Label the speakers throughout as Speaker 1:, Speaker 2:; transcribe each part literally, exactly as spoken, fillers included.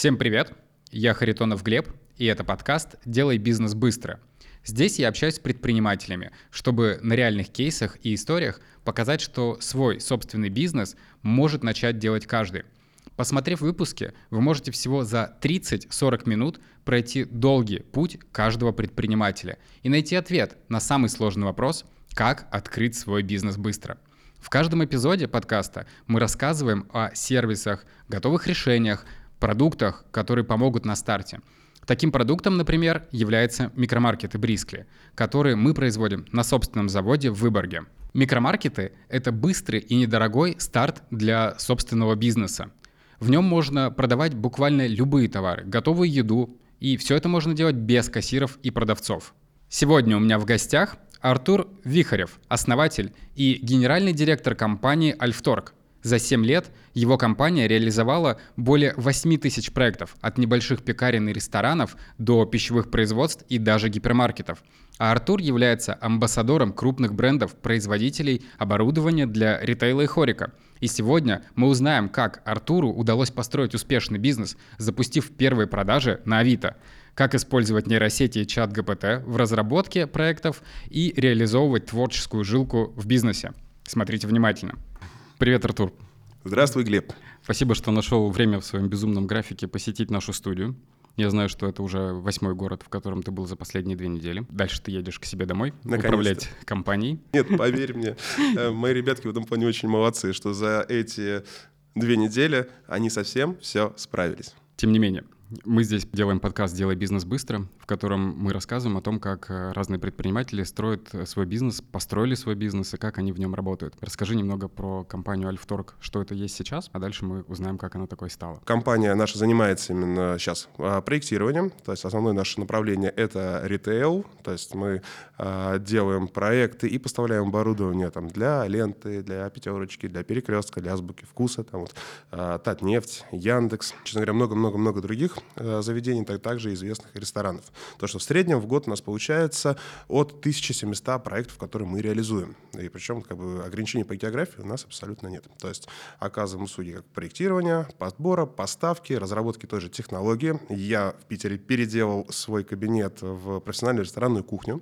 Speaker 1: Всем привет! Я Харитонов Глеб, и это подкаст «Делай бизнес быстро». Здесь я общаюсь с предпринимателями, чтобы на реальных кейсах и историях показать, что свой собственный бизнес может начать делать каждый. Посмотрев выпуски, вы можете всего за тридцать-сорок минут пройти долгий путь каждого предпринимателя и найти ответ на самый сложный вопрос «Как открыть свой бизнес быстро?». В каждом эпизоде подкаста мы рассказываем о сервисах, готовых решениях, продуктах, которые помогут на старте. Таким продуктом, например, является микромаркеты Брискли, которые мы производим на собственном заводе в Выборге. Микромаркеты — это быстрый и недорогой старт для собственного бизнеса. В нем можно продавать буквально любые товары, готовую еду, и все это можно делать без кассиров и продавцов. Сегодня у меня в гостях Артур Вихарев, основатель и генеральный директор компании «Альфторг». За семь лет его компания реализовала более восемь тысяч проектов, от небольших пекарен и ресторанов до пищевых производств и даже гипермаркетов. А Артур является амбассадором крупных брендов-производителей оборудования для ритейла и хорика. И сегодня мы узнаем, как Артуру удалось построить успешный бизнес, запустив первые продажи на Авито, как использовать нейросети и чат джи пи ти в разработке проектов и реализовывать творческую жилку в бизнесе. Смотрите внимательно. Привет, Артур.
Speaker 2: Здравствуй, Глеб.
Speaker 1: Спасибо, что нашел время в своем безумном графике посетить нашу студию. Я знаю, что это уже восьмой город, в котором ты был за последние две недели. Дальше ты едешь к себе домой управлять компанией.
Speaker 2: Нет, поверь мне, мои ребятки в этом плане очень молодцы, что за эти две недели они совсем все справились.
Speaker 1: Тем не менее, мы здесь делаем подкаст «Делай бизнес быстро», в котором мы рассказываем о том, как разные предприниматели строят свой бизнес, построили свой бизнес и как они в нем работают. Расскажи немного про компанию «Альфторг», что это есть сейчас, а дальше мы узнаем, как она такой стала.
Speaker 2: Компания наша занимается именно сейчас проектированием, то есть основное наше направление — это ритейл, то есть мы делаем проекты и поставляем оборудование там, для ленты, для пятерочки, для перекрестка, для азбуки вкуса, там вот Татнефть, Яндекс, честно говоря, много-много-много других заведений, также известных ресторанов. То, что в среднем в год у нас получается от тысяча семьсот проектов, которые мы реализуем. И причем как бы, ограничений по географии у нас абсолютно нет. То есть оказываем услуги как проектирования, подбора, поставки, разработки той же технологии. Я в Питере переделал свой кабинет в профессиональную ресторанную кухню,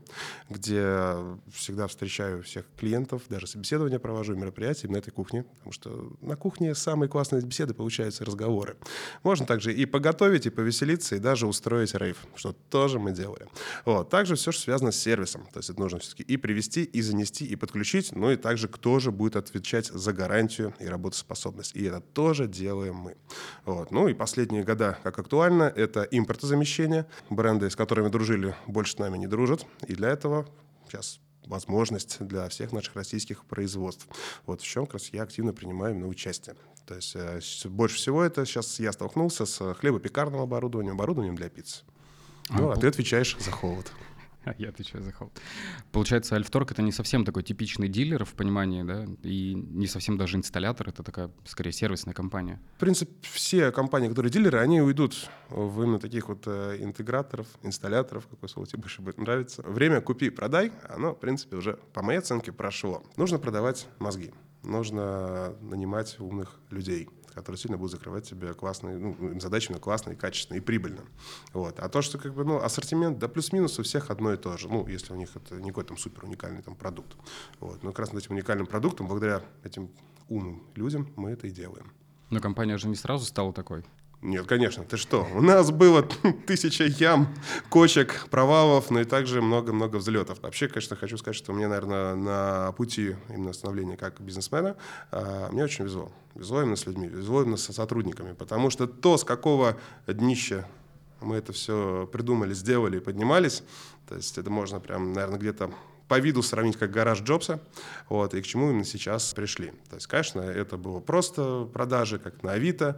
Speaker 2: где всегда встречаю всех клиентов, даже собеседования провожу, мероприятия на этой кухне, потому что на кухне самые классные беседы получаются, разговоры. Можно также и поготовить, и повеселиться, и даже устроить рейв, что тоже мы делали. Вот. Также все, что связано с сервисом. То есть это нужно все-таки и привести, и занести, и подключить, ну и также кто же будет отвечать за гарантию и работоспособность. И это тоже делаем мы. Вот. Ну и последние года, как актуально, это импортозамещение. Бренды, с которыми дружили, больше с нами не дружат. И для этого сейчас возможность для всех наших российских производств. Вот в чем как раз я активно принимаю именно участие. То есть э, больше всего это сейчас я столкнулся с хлебопекарным оборудованием, оборудованием для пиццы. Ну, а, а ты отвечаешь за холод.
Speaker 1: Я отвечаю за холод. Получается, Альфторг — это не совсем такой типичный дилер в понимании, да, и не совсем даже инсталлятор, это такая, скорее, сервисная компания.
Speaker 2: В принципе, все компании, которые дилеры, они уйдут в именно таких вот э, интеграторов, инсталляторов, какое слово тебе больше будет нравиться. Время купи-продай, оно, в принципе, уже, по моей оценке, прошло. Нужно продавать мозги, нужно нанимать умных людей, которые сильно будут закрывать тебе классные, ну, задачи классные, качественные и прибыльно. Вот. А то, что как бы, ну, ассортимент, да плюс-минус у всех одно и то же. Ну, если у них это не какой-то там супер уникальный там продукт. Вот. Но как раз над этим уникальным продуктом, благодаря этим умным людям, мы это и делаем.
Speaker 1: Но компания же не сразу стала такой.
Speaker 2: Нет, конечно, ты что? У нас было тысяча ям, кочек, провалов, но и также много-много взлетов. Вообще, конечно, хочу сказать, что мне, наверное, на пути именно становления как бизнесмена мне очень везло. Везло именно с людьми, везло именно со сотрудниками, потому что то, с какого днища мы это все придумали, сделали и поднимались, то есть это можно прям, наверное, где-то по виду сравнить как гараж Джобса, вот, и к чему именно сейчас пришли. То есть, конечно, это было просто продажи, как на Авито,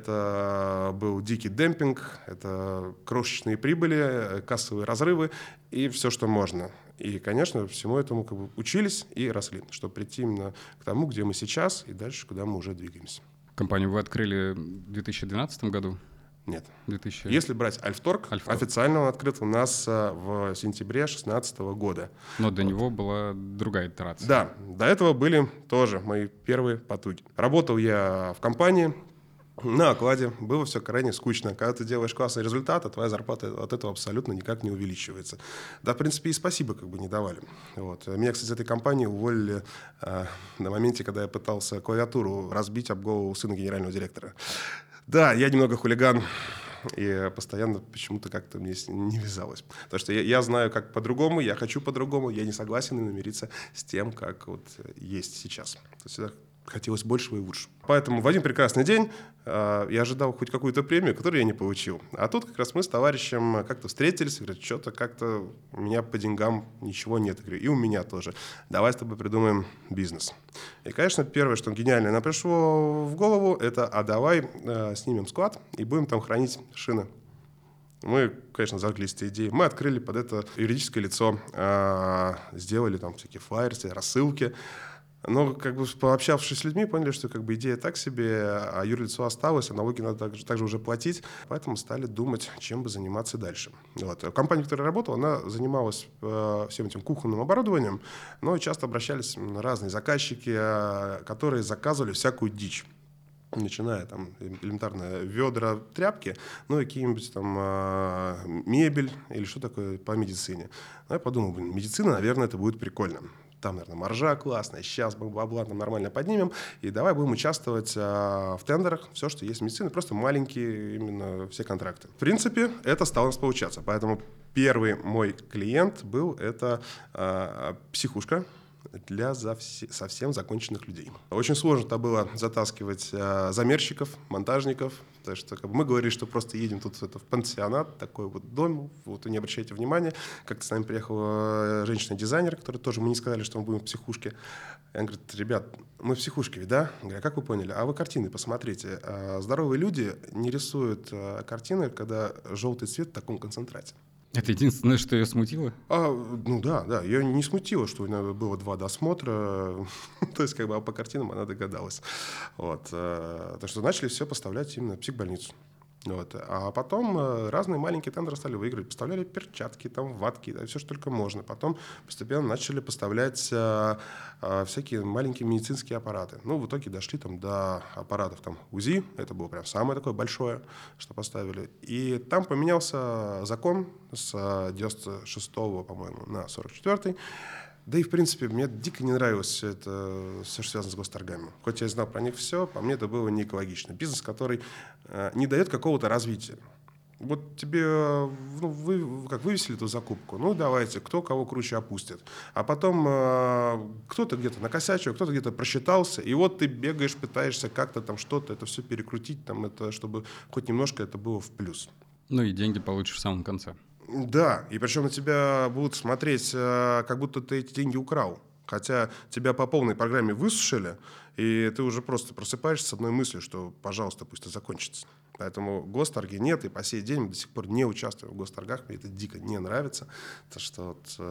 Speaker 2: это был дикий демпинг, это крошечные прибыли, кассовые разрывы и все, что можно. И, конечно, всему этому как бы учились и росли, чтобы прийти именно к тому, где мы сейчас, и дальше, куда мы уже двигаемся.
Speaker 1: Компанию вы открыли в две тысячи двенадцатом году?
Speaker 2: Нет.
Speaker 1: две тысячи
Speaker 2: Если брать Альфторг,
Speaker 1: Альфторг,
Speaker 2: официально он открыт у нас в сентябре две тысячи шестнадцатого года.
Speaker 1: Но до вот. него была другая итерация.
Speaker 2: Да, до этого были тоже мои первые потуги. Работал я в компании, На окладе было все крайне скучно. Когда ты делаешь классный результат, а твоя зарплата от этого абсолютно никак не увеличивается. Да, в принципе, и спасибо как бы не давали. Вот. Меня, кстати, из этой компании уволили э, на моменте, когда я пытался клавиатуру разбить об голову сына генерального директора. Да, я немного хулиган, и постоянно почему-то как-то мне не вязалось. Потому что я, я знаю, как по-другому, я хочу по-другому, я не согласен и намириться с тем, как вот есть сейчас. То есть хотелось большего и лучше. Поэтому в один прекрасный день э, я ожидал хоть какую-то премию, которую я не получил. А тут как раз мы с товарищем как-то встретились, говорят, что-то как-то у меня по деньгам ничего нет. Я говорю, и у меня тоже. Давай с тобой придумаем бизнес. И, конечно, первое, что гениальное нам пришло в голову, это, а давай э, снимем склад и будем там хранить шины. Мы, конечно, зажглись этой идеей. Мы открыли под это юридическое лицо, э, сделали там всякие флайеры, рассылки. Но, как бы, пообщавшись с людьми, поняли, что как бы идея так себе, а юрлицо осталось, а налоги надо также, также уже платить. Поэтому стали думать, чем бы заниматься дальше. Вот. Компания, в которой я работал, она занималась э, всем этим кухонным оборудованием, но часто обращались разные заказчики, э, которые заказывали всякую дичь. Начиная там элементарно ведра, тряпки, ну и какие-нибудь там э, мебель или что такое по медицине. Но я подумал, блин, медицина, наверное, это будет прикольно. Там, наверное, маржа классная, сейчас мы бабла там нормально поднимем, и давай будем участвовать а, в тендерах, все, что есть в медицине, просто маленькие именно все контракты. В принципе, это стало у нас получаться, поэтому первый мой клиент был, это а, психушка для совсем законченных людей. Очень сложно было затаскивать а, замерщиков, монтажников, потому что как бы, мы говорили, что просто едем тут это, в пансионат, такой вот дом, вот, и не обращайте внимания. Как-то с нами приехала женщина-дизайнер, которая тоже, мы не сказали, что мы будем в психушке. И она говорит, ребят, мы в психушке, да? Я говорю, а как вы поняли? А вы картины посмотрите. А, здоровые люди не рисуют а, картины, когда желтый цвет в таком концентрате.
Speaker 1: Это единственное, что ее смутило?
Speaker 2: А, ну да, да, ее не смутило, что было два досмотра, то есть как бы а по картинам она догадалась. Вот. Так что начали все поставлять именно в психбольницу. Вот. А потом разные маленькие тендеры стали выигрывать. Поставляли перчатки, там, ватки, да, все, что только можно. Потом постепенно начали поставлять а, а, всякие маленькие медицинские аппараты. Ну, в итоге дошли там, до аппаратов там, УЗИ. Это было прям самое такое большое, что поставили. И там поменялся закон с девяносто шестого, по-моему, на сорок четвёртый. Да и, в принципе, мне дико не нравилось все это, все, что связано с госторгами. Хоть я знал про них все, по мне это было не экологично. Бизнес, который э, не дает какого-то развития. Вот тебе, ну, вы как вывесили эту закупку, ну, давайте, кто кого круче опустит. А потом э, кто-то где-то накосячил, кто-то где-то просчитался, и вот ты бегаешь, пытаешься как-то там что-то, это все перекрутить, там, это, чтобы хоть немножко это было в плюс.
Speaker 1: Ну и деньги получишь в самом конце.
Speaker 2: Да, и причем на тебя будут смотреть, как будто ты эти деньги украл. Хотя тебя по полной программе высушили, и ты уже просто просыпаешься с одной мыслью, что, пожалуйста, пусть это закончится. Поэтому госторги нет, и по сей день мы до сих пор не участвуем в госторгах, мне это дико не нравится. То, что вот,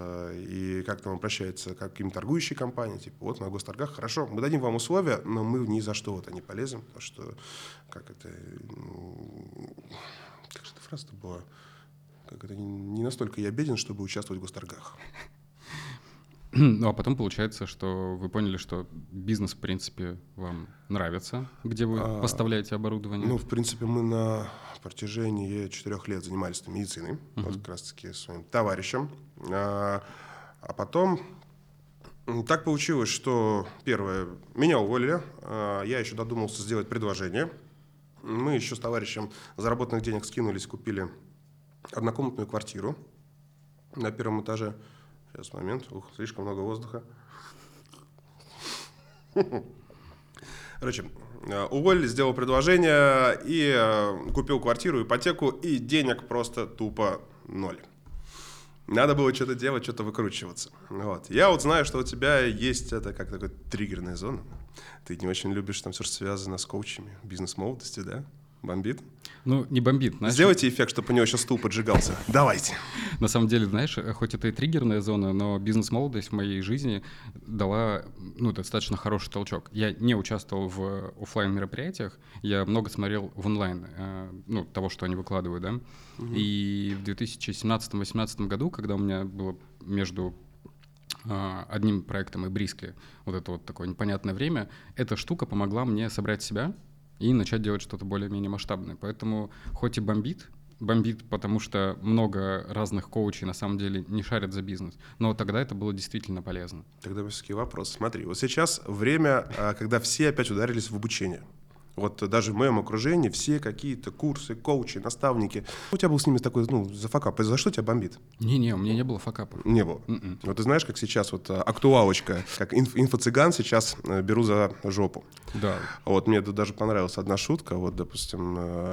Speaker 2: и как-то он обращается как к им торгующей компании, типа, вот на госторгах, хорошо, мы дадим вам условия, но мы ни за что в это не полезем, потому что, как это, как же эта фраза-то была? Как это, не настолько я беден, чтобы участвовать в госторгах.
Speaker 1: Ну, а потом получается, что вы поняли, что бизнес, в принципе, вам нравится, где вы а, поставляете оборудование?
Speaker 2: Ну, в принципе, мы на протяжении четырех лет занимались медициной, uh-huh. вот как раз-таки своим товарищем. А, а потом так получилось, что, первое, меня уволили, а, я еще додумался сделать предложение. Мы еще с товарищем заработанных денег скинулись, купили однокомнатную квартиру на первом этаже. Сейчас, момент. Ух, слишком много воздуха. Короче, уволили, сделал предложение и купил квартиру, ипотеку, и денег просто тупо ноль. Надо было что-то делать, что-то выкручиваться. Вот. Я вот знаю, что у тебя есть это как такая триггерная зона. Ты не очень любишь там все, что связано с коучами, бизнес-молодостью, да? Бомбит?
Speaker 1: Ну, не бомбит. Знаешь,
Speaker 2: сделайте эффект, чтобы у него сейчас стул поджигался. Давайте.
Speaker 1: На самом деле, знаешь, хоть это и триггерная зона, но бизнес-молодость в моей жизни дала, ну, достаточно хороший толчок. Я не участвовал в офлайн-мероприятиях, я много смотрел в онлайн, э, ну, того, что они выкладывают, да. Угу. И в две тысячи семнадцатом-восемнадцатом году, когда у меня было между э, одним проектом и Брискли вот это вот такое непонятное время, эта штука помогла мне собрать себя и начать делать что-то более-менее масштабное. Поэтому хоть и бомбит, бомбит, потому что много разных коучей на самом деле не шарят за бизнес, но тогда это было действительно полезно.
Speaker 2: Тогда все-таки вопрос. Смотри, вот сейчас время, когда все опять ударились в обучение. Вот даже в моем окружении все какие-то курсы, коучи, наставники. У тебя был с ними такой, ну, за факап. За что тебя бомбит?
Speaker 1: Не-не, у меня не было факапов.
Speaker 2: Не было. Mm-mm. Вот ты знаешь, как сейчас вот актуалочка, как инф- инфо-цыган сейчас беру за жопу.
Speaker 1: Да.
Speaker 2: Вот мне тут даже понравилась одна шутка. Вот, допустим,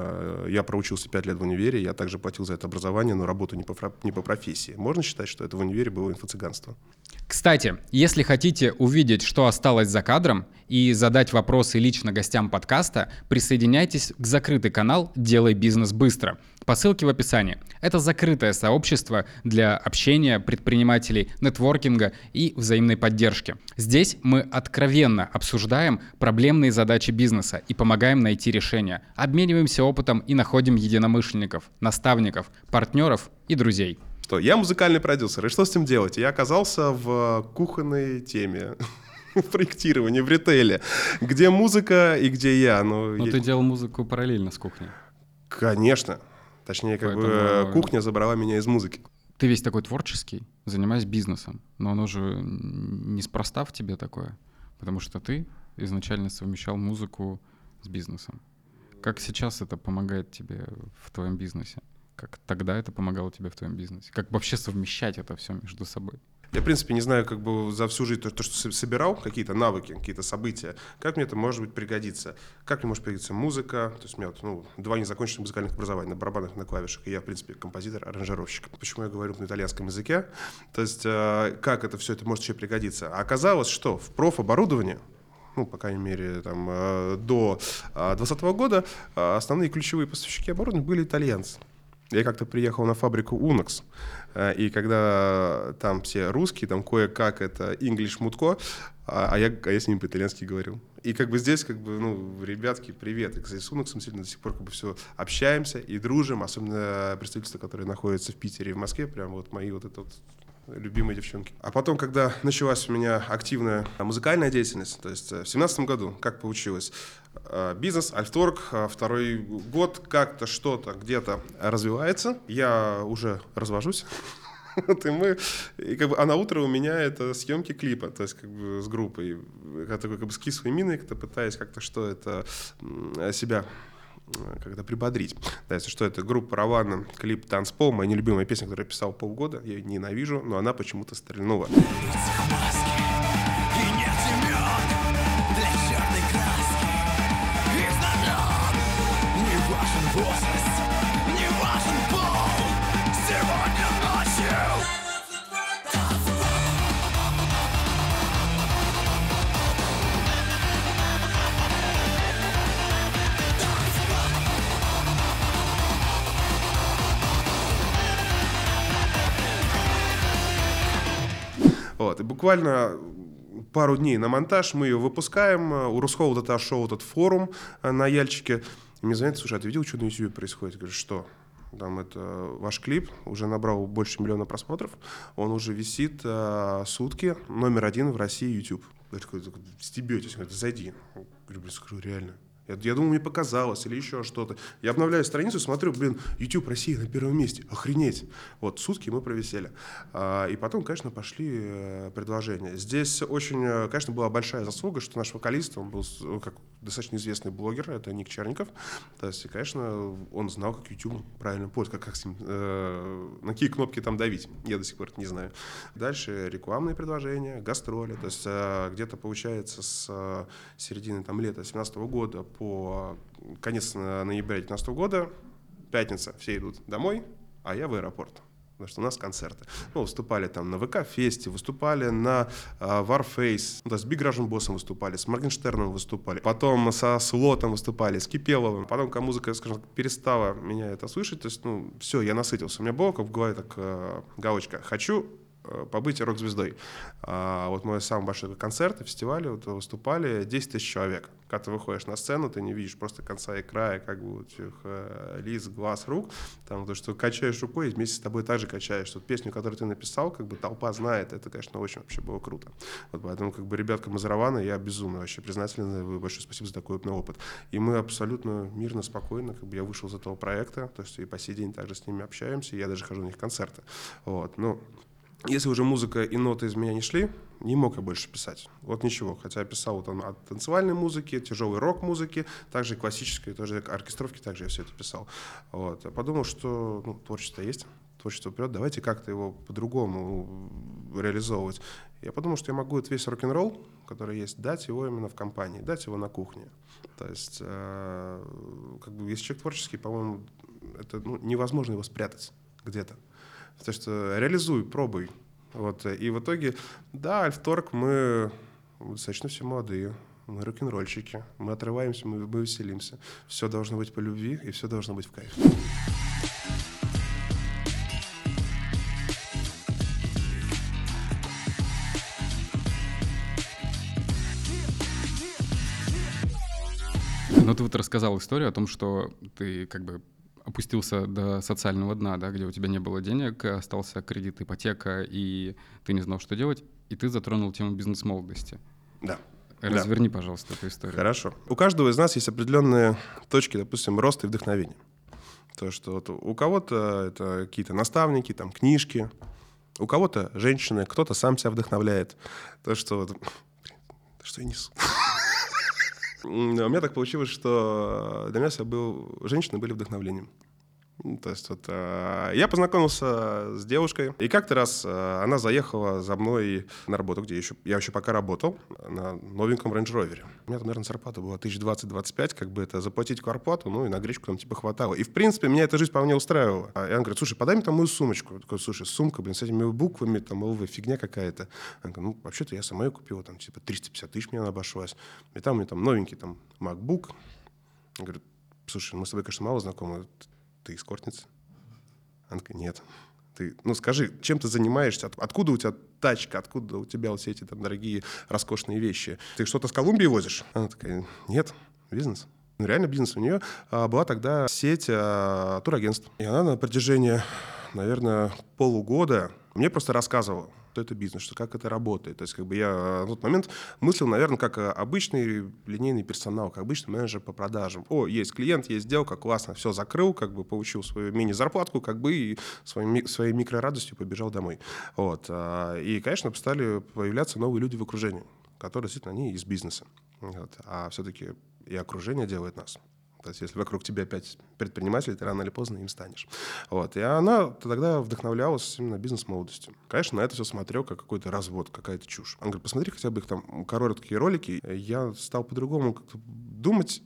Speaker 2: я проучился пять лет в универе, я также платил за это образование, но работу не по, не по профессии. Можно считать, что это в универе было инфо-цыганство?
Speaker 1: Кстати, если хотите увидеть, что осталось за кадром, и задать вопросы лично гостям подкаста, присоединяйтесь к закрытый канал «Делай бизнес быстро» по ссылке в описании. Это закрытое сообщество для общения предпринимателей, нетворкинга и взаимной поддержки. Здесь мы откровенно обсуждаем проблемные задачи бизнеса и помогаем найти решения, обмениваемся опытом и находим единомышленников, наставников, партнеров и друзей.
Speaker 2: Что, я музыкальный продюсер, и что с этим делать? Я оказался в кухонной теме, в проектировании, в ритейле, где музыка и где я.
Speaker 1: Но я... ты делал музыку параллельно с кухней.
Speaker 2: Конечно. Точнее, как Поэтому... бы кухня забрала меня из музыки.
Speaker 1: Ты весь такой творческий, занимаясь бизнесом, но оно же неспроста в тебе такое, потому что ты изначально совмещал музыку с бизнесом. Как сейчас это помогает тебе в твоем бизнесе? Как тогда это помогало тебе в твоем бизнесе? Как вообще совмещать это все между собой?
Speaker 2: Я, в принципе, не знаю, как бы за всю жизнь то, то, что собирал, какие-то навыки, какие-то события, как мне это может быть пригодиться? Как мне может пригодиться музыка? То есть у меня вот, ну, два незаконченных музыкальных образования на барабанах, на клавишах, и я, в принципе, композитор, аранжировщик. Почему я говорю на итальянском языке? То есть э, как это все это может еще пригодиться? А оказалось, что в профоборудовании, ну, по крайней мере, там, э, до двадцатого года э, основные ключевые поставщики оборудования были итальянцы. Я как-то приехал на фабрику Unox, и когда там все русские, там кое-как это English мутко, а я, а я с ними по-итальянски говорил. И как бы здесь, как бы, ну, ребятки, привет. И, кстати, с Unox сильно до сих пор как бы все общаемся и дружим, особенно представительства, которые находятся в Питере и в Москве, прям вот мои вот это вот любимые девчонки. А потом, когда началась у меня активная музыкальная деятельность, то есть в семнадцатом году, как получилось, бизнес, Альфторг, второй год как-то что-то где-то развивается, я уже развожусь. Вот и мы, и как бы, а на утро у меня это съемки клипа, то есть как бы с группой. Я такой как бы с кислой миной, как-то пытаясь как-то что это себя когда прибодрить. Да, если что, это группа Равана, клип «Танцпол», моя нелюбимая песня, которую я писал полгода, я ее ненавижу, но она почему-то стрельнула. Вот, и буквально пару дней на монтаж мы ее выпускаем. У Русхолда это шоу, этот форум на Яльчике. И мне звонят: слушай, а ты видел, что на YouTube происходит? Я говорю, что? Там это ваш клип уже набрал больше миллиона просмотров. Он уже висит а, сутки, номер один в России YouTube. Я такой, стебетесь, говорит, зайди. Я говорю, блин, скажу, реально. Я, я думал, мне показалось или еще что-то. Я обновляю страницу, смотрю, блин, YouTube Россия на первом месте. Охренеть. Вот, сутки мы провисели. А, и потом, конечно, пошли э, предложения. Здесь очень, конечно, была большая заслуга, что наш вокалист, он был как достаточно известный блогер, это Ник Черников. То есть, конечно, он знал, как YouTube правильно пользоваться, как, как с ним, э, на какие кнопки там давить. Я до сих пор это не знаю. Дальше рекламные предложения, гастроли. То есть, э, где-то, получается, с э, середины там, лета две тысячи семнадцатого года по конец ноября две тысячи девятнадцатого года, пятница, все идут домой, а я в аэропорт. Потому что у нас концерты. Ну, выступали там на ВК-фесте, выступали на uh, Warface, ну, то есть с Big Russian Boss'ом выступали, с Моргенштерном выступали, потом со Слотом выступали, с Кипеловым. Потом, когда музыка, скажем так, перестала меня это слышать, то есть, ну, все, я насытился. У меня было как в голове так uh, галочка «хочу побыть рок-звездой. А вот мой самый большой концерт, фестиваль, вот выступали десять тысяч человек. Когда ты выходишь на сцену, ты не видишь просто конца и края, как бы вот этих э, лиц, глаз, рук. Там, то, что качаешь рукой, и вместе с тобой также качаешь. Тут песню, которую ты написал, как бы толпа знает. Это, конечно, очень вообще было круто. Вот поэтому, как бы, ребяткам из Равана я безумно вообще признателен. Большое спасибо за такой опыт. И мы абсолютно мирно, спокойно, как бы я вышел из этого проекта, то есть и по сей день также с ними общаемся, и я даже хожу на их концерты. Вот. Ну, если уже музыка и ноты из меня не шли, не мог я больше писать. Вот ничего. Хотя я писал вот от танцевальной музыки, тяжелой рок-музыки, также и классической, тоже оркестровки, также я все это писал. Вот. Я подумал, что ну, творчество есть, творчество вперед, давайте как-то его по-другому реализовывать. Я подумал, что я могу этот весь рок-н-ролл, который есть, дать его именно в компании, дать его на кухне. То есть, э, как бы, если человек творческий, по-моему, это ну, невозможно его спрятать где-то. Потому что реализуй, пробуй. Вот. И в итоге, да, Альфторг, мы достаточно все молодые, мы рок-н-ролльщики, мы отрываемся, мы, мы веселимся. Все должно быть по любви, и все должно быть в кайф.
Speaker 1: Ну, ты вот рассказал историю о том, что ты как бы опустился до социального дна, да, где у тебя не было денег, остался кредит, ипотека, и ты не знал, что делать, и ты затронул тему бизнес-молодости.
Speaker 2: Да.
Speaker 1: Разверни,
Speaker 2: да.
Speaker 1: пожалуйста, эту историю.
Speaker 2: Хорошо. У каждого из нас есть определенные точки, допустим, роста и вдохновения. То, что вот у кого-то это какие-то наставники, там, книжки, у кого-то женщины, кто-то сам себя вдохновляет. То, что вот... Что я несу? У меня так получилось, что для меня всегда был... женщины были вдохновлением. То есть вот, э, я познакомился с девушкой, и как-то раз э, она заехала за мной на работу, где еще, я еще пока работал, на новеньком Range Rover. У меня там, наверное, зарплата была тысяч двадцать-двадцать пять, как бы это заплатить квартплату, ну и на гречку там типа хватало. И в принципе меня эта жизнь вполне устраивала. И она говорит, слушай, подай мне там мою сумочку. Я такой, слушай, сумка, блин, с этими буквами, там, ЛВ, фигня какая-то. Она говорит, ну вообще-то я сама ее купила, там типа триста пятьдесят тысяч мне она обошлась. И там у меня там новенький там MacBook. Она говорит, слушай, мы с тобой, конечно, мало знакомы. Ты эскортница? Она такая, нет. Ты, ну скажи, чем ты занимаешься? От, откуда у тебя тачка? Откуда у тебя вот все эти там дорогие, роскошные вещи? Ты что-то с Колумбии возишь? Она такая, нет, бизнес. Ну реально бизнес. У нее а, была тогда сеть а, турагентств. И она на протяжении, наверное, полугода мне просто рассказывала, что это бизнес, что как это работает. То есть как бы я на тот момент мыслил, наверное, как обычный линейный персонал, как обычный менеджер по продажам. О, есть клиент, есть сделка, классно, все закрыл, как бы получил свою мини-зарплатку, как бы и своей, своей микрорадостью побежал домой. Вот. И, конечно, стали появляться новые люди в окружении, которые действительно они из бизнеса. Вот. А все-таки и окружение делает нас. То есть если вокруг тебя пять предпринимателей, ты рано или поздно им станешь. Вот. И она тогда вдохновлялась именно бизнес-молодостью. Конечно, на это все смотрел как какой-то развод, какая-то чушь. Он говорит, посмотри хотя бы их там короткие ролики. Я стал по-другому думать,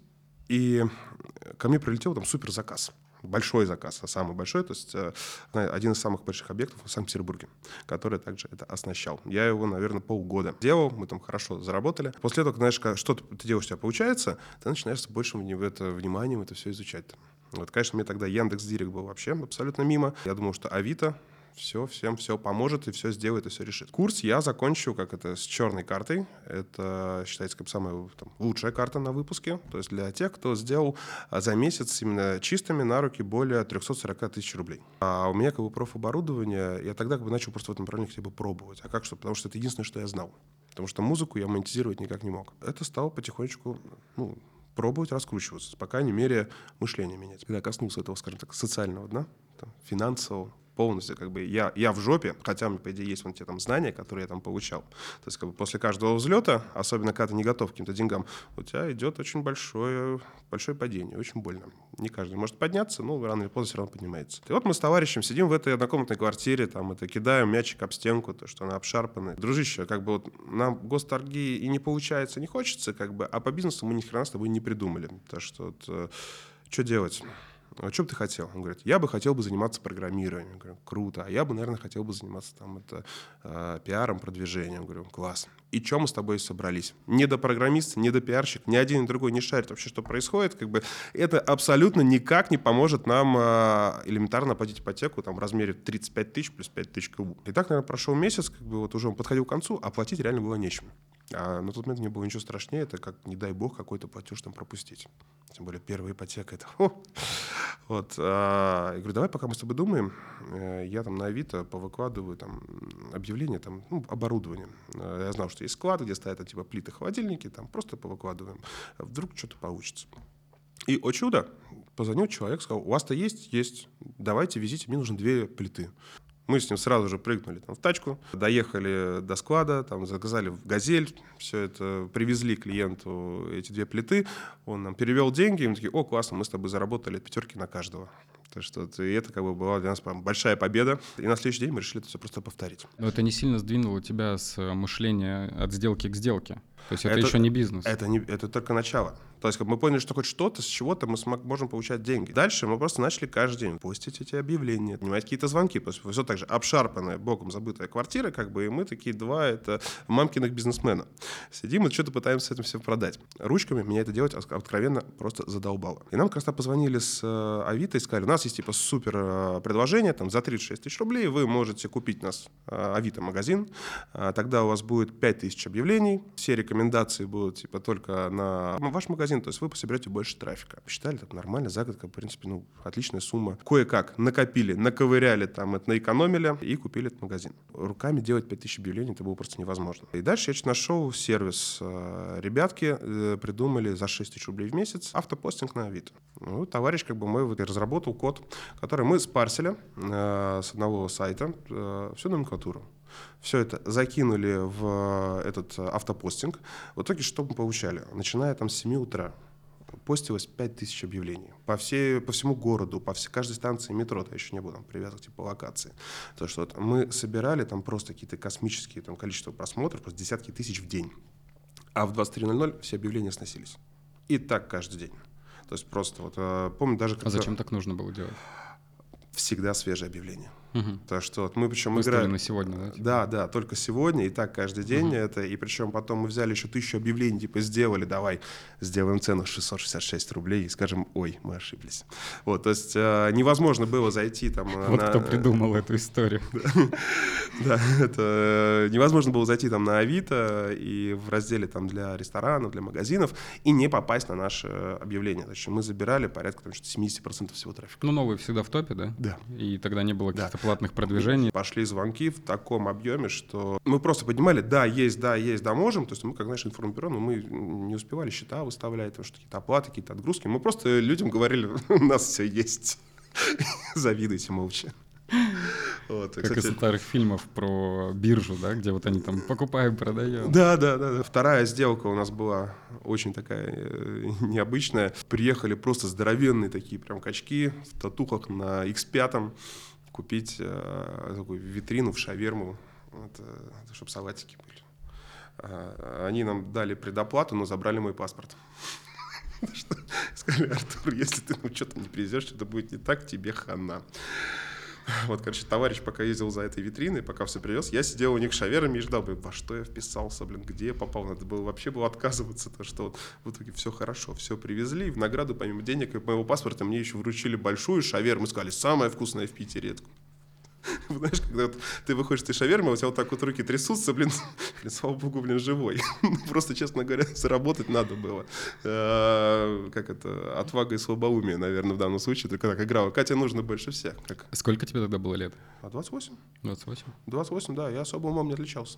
Speaker 2: и ко мне прилетел там суперзаказ. Большой заказ, а самый большой, то есть один из самых больших объектов в Санкт-Петербурге, который также это оснащал. Я его, наверное, полгода делал, мы там хорошо заработали. После этого, знаешь, что-то ты делаешь, у тебя получается, ты начинаешь с большим это, вниманием это все изучать. Вот, конечно, мне тогда Яндекс.Директ был вообще абсолютно мимо. Я думал, что Авито все, всем все поможет и все сделает, и все решит. Курс я закончил, как это, с черной картой. Это считается как самая там, лучшая карта на выпуске. То есть для тех, кто сделал за месяц именно чистыми на руки более триста сорок тысяч рублей. А у меня как бы профоборудование, я тогда как бы начал просто в этом направлении хотя бы пробовать. А как что? Потому что это единственное, что я знал. Потому что музыку я монетизировать никак не мог. Это стало потихонечку, ну, пробовать раскручиваться, по крайней мере, мышление менять. Когда я коснулся этого, скажем так, социального дна, там, финансового, полностью как бы я, я в жопе, хотя, по идее, есть вон те там знания, которые я там получал. То есть как бы после каждого взлета, особенно когда ты не готов к каким-то деньгам, у тебя идет очень большое, большое падение, очень больно. Не каждый может подняться, но рано или поздно все равно поднимается. И вот мы с товарищем сидим в этой однокомнатной квартире, там это кидаем мячик об стенку, то, что она обшарпанная. Дружище, как бы вот нам госторги и не получается, не хочется, как бы, а по бизнесу мы ни хрена с тобой не придумали. Так что вот, э, что делать? а что бы ты хотел? Он говорит, я бы хотел бы заниматься программированием. Я говорю, круто. А я бы, наверное, хотел бы заниматься там, это, э, пиаром, продвижением. Я говорю, класс. И чем мы с тобой собрались? Не до программист, не до пиарщик, ни один, ни другой не шарит вообще, что происходит. Как бы это абсолютно никак не поможет нам э, элементарно оплатить ипотеку там, в размере тридцать пять тысяч плюс пять тысяч КУ. И так, наверное, прошел месяц, как бы вот уже он подходил к концу, а платить реально было нечем. А на тот момент не было ничего страшнее, это как, не дай бог, какой-то платеж там пропустить. Тем более первая ипотека. Это... Вот. А, я говорю, давай, пока мы с тобой думаем, я там на Авито повыкладываю там объявления, там, ну, оборудование. Я знал, что есть склад, где стоят типа плиты, холодильники, там просто повыкладываем. Вдруг что-то получится. И, о чудо, позвонил человек, сказал, у вас-то есть? Есть. Давайте, везите, мне нужны две плиты. Мы с ним сразу же прыгнули там, в тачку, доехали до склада, там, заказали в «Газель», все это, привезли клиенту эти две плиты, он нам перевел деньги, и мы такие, о, классно, мы с тобой заработали пятерки на каждого. То что и это как бы была для нас прям большая победа. И на следующий день мы решили это все просто повторить.
Speaker 1: Но это не сильно сдвинуло тебя с мышления от сделки к сделке? То есть это, это еще не бизнес?
Speaker 2: Это, не, это только начало. То есть как мы поняли, что хоть что-то, с чего-то мы смог, можем получать деньги. Дальше мы просто начали каждый день постить эти объявления, принимать какие-то звонки. То есть все так же обшарпанная, богом забытая квартира, как бы, и мы такие два, это мамкиных бизнесмена. Сидим и что-то пытаемся с этим всем продать. Ручками меня это делать откровенно просто задолбало. И нам как раз позвонили с Авито и сказали, у нас есть типа супер предложение, там за тридцать шесть тысяч рублей вы можете купить нас Авито-магазин, тогда у вас будет пять тысяч объявлений, все рекомендации будут типа только на ваш магазин, то есть вы пособерете больше трафика. Посчитали, так нормально, за год, в принципе, ну, отличная сумма. Кое-как накопили, наковыряли, там, это наэкономили и купили этот магазин. Руками делать пять тысяч объявлений это было просто невозможно. И дальше я нашел сервис. Ребятки придумали за шесть тысяч рублей в месяц автопостинг на Авито. Ну, товарищ как бы мой вот разработал код, который мы спарсили э, с одного сайта э, всю номенклатуру. Все это закинули в этот автопостинг. В итоге что мы получали? Начиная там с семи утра постилось пять тысяч объявлений. По, всей, по всему городу, по всей, каждой станции метро, то еще не было там привязок типа локации. То, что вот мы собирали там просто какие-то космические там, количество просмотров, просто десятки тысяч в день. А в двадцать три ноль ноль все объявления сносились. И так каждый день. То есть просто вот, помню даже...
Speaker 1: А зачем так нужно было делать?
Speaker 2: Всегда свежее объявление.
Speaker 1: Угу.
Speaker 2: Так что вот мы причем
Speaker 1: Выставили
Speaker 2: играли...
Speaker 1: на сегодня, да?
Speaker 2: Типа? Да, да, только сегодня, и так каждый день
Speaker 1: угу.
Speaker 2: это, и причем потом мы взяли еще тысячу объявлений, типа сделали, давай, сделаем цену шестьсот шестьдесят шесть рублей и скажем, ой, мы ошиблись. Вот, то есть э, невозможно было зайти там...
Speaker 1: Вот
Speaker 2: на...
Speaker 1: кто придумал эту историю.
Speaker 2: Да, это невозможно было зайти там на Авито и в разделе там для ресторанов, для магазинов и не попасть на наше объявление. То есть мы забирали порядка там, семьдесят процентов всего трафика.
Speaker 1: Ну, новые всегда в топе, да?
Speaker 2: Да.
Speaker 1: И тогда не было каких-то
Speaker 2: да.
Speaker 1: платных продвижений.
Speaker 2: Пошли звонки в таком объеме, что мы просто понимали, да, есть, да, есть, да, можем. То есть мы, как, знаешь, информбюро, но мы не успевали счета выставлять, потому что какие-то оплаты, какие-то отгрузки. Мы просто людям говорили, у нас все есть. Завидуйте молча. Вот,
Speaker 1: как
Speaker 2: кстати,
Speaker 1: из старых фильмов про биржу, да, где вот они там покупаем, продаем.
Speaker 2: Да, да, да, да. Вторая сделка у нас была очень такая э, необычная. Приехали просто здоровенные такие прям качки в татухах на икс пять купить э, такую витрину в шаверму, вот, э, чтобы салатики были. А, они нам дали предоплату, но забрали мой паспорт. Сказали, Артур, если ты ну, что-то не привезешь, что-то будет не так, тебе хана. Вот, короче, товарищ пока ездил за этой витриной, пока все привез, я сидел у них шаверами и ждал, блин, во что я вписался, блин, где я попал, надо было вообще было отказываться, то что вот в итоге все хорошо, все привезли, и в награду, помимо денег и моего паспорта, мне еще вручили большую шаверму, сказали, самая вкусная в Питере. Знаешь, когда вот ты выходишь из шавермы, у тебя вот так вот руки трясутся, блин, блин слава богу, блин, живой. Просто, честно говоря, заработать надо было. А, как это, отвага и слабоумие, наверное, в данном случае. Только так играла. Катя нужно больше всех. Как?
Speaker 1: Сколько тебе тогда было лет?
Speaker 2: А двадцать восемь.
Speaker 1: двадцать восемь?
Speaker 2: двадцать восемь, да, я особо умом не отличался.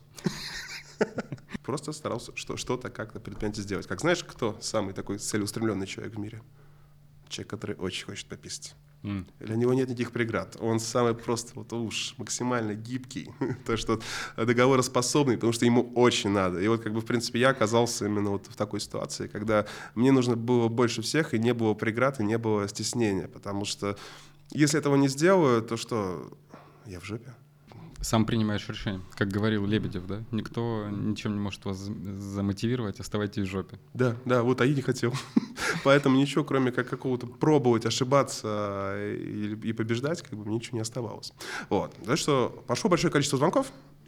Speaker 2: Просто старался что- что-то как-то предпринять и сделать. Как знаешь, кто самый такой целеустремленный человек в мире? Человек, который очень хочет пописать. Mm. Для него нет никаких преград. Он самый просто вот уж максимально гибкий, то что договороспособный, потому что ему очень надо. И вот как бы в принципе я оказался именно вот в такой ситуации, когда мне нужно было больше всех, и не было преград, и не было стеснения, потому что если этого не сделаю, то что я в жопе.
Speaker 1: Сам принимаешь решение. Как говорил Лебедев, да? Никто ничем не может вас замотивировать, оставайтесь в жопе.
Speaker 2: Да, да, вот а я не хотел. Поэтому ничего, кроме как какого-то пробовать, ошибаться и, и побеждать, как бы мне ничего не оставалось. Вот. Так что пошло большое количество звонков,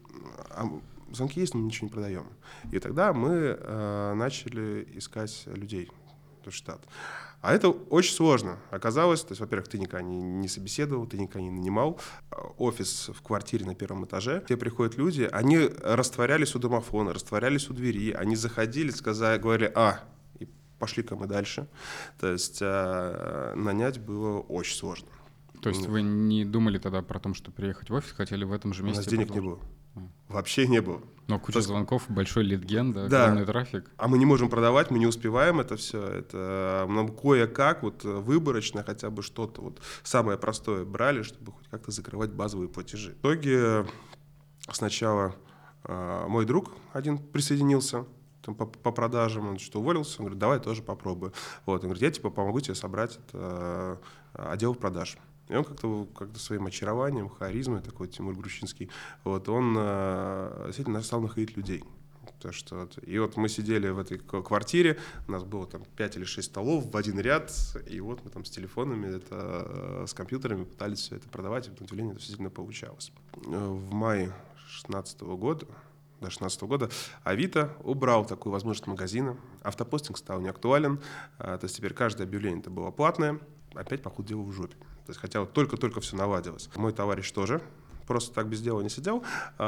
Speaker 2: а звонки есть, но мы ничего не продаем. И тогда мы э, начали искать людей в штат. А это очень сложно. Оказалось, то есть, во-первых, ты никогда не, не собеседовал, ты никогда не нанимал. Офис в квартире на первом этаже. Где приходят люди, они растворялись у домофона, растворялись у двери, они заходили, сказали, говорили, а, и пошли-ка мы дальше. То есть э, нанять было очень сложно.
Speaker 1: То есть вы не думали тогда про то, что приехать в офис, хотели в этом же месте?
Speaker 2: У нас денег не было. Вообще не было.
Speaker 1: Но куча
Speaker 2: есть...
Speaker 1: звонков, большой лид-ген, да,
Speaker 2: да,
Speaker 1: огромный трафик.
Speaker 2: А мы не можем продавать, мы не успеваем это все. Это нам кое-как, вот выборочно хотя бы что-то вот самое простое брали, чтобы хоть как-то закрывать базовые платежи. В итоге сначала э, мой друг один присоединился там, по, по продажам, он что уволился, он говорит, давай тоже попробую. Вот, он говорит, я типа помогу тебе собрать это, э, отдел продаж. И он как-то, как-то своим очарованием, харизмой, такой Тимур Грущинский, вот, он э, действительно стал находить людей. То, что, и вот мы сидели в этой квартире, у нас было там пять или шесть столов в один ряд, и вот мы там с телефонами, это, с компьютерами пытались все это продавать, и в удивление это действительно получалось. В мае шестнадцатого года, до шестнадцатого года Авито убрал такую возможность магазина, автопостинг стал неактуален, то есть теперь каждое объявление это было платное, опять, по ходу дела, в жопе. То есть, хотя вот только-только все наладилось. Мой товарищ тоже просто так без дела не сидел.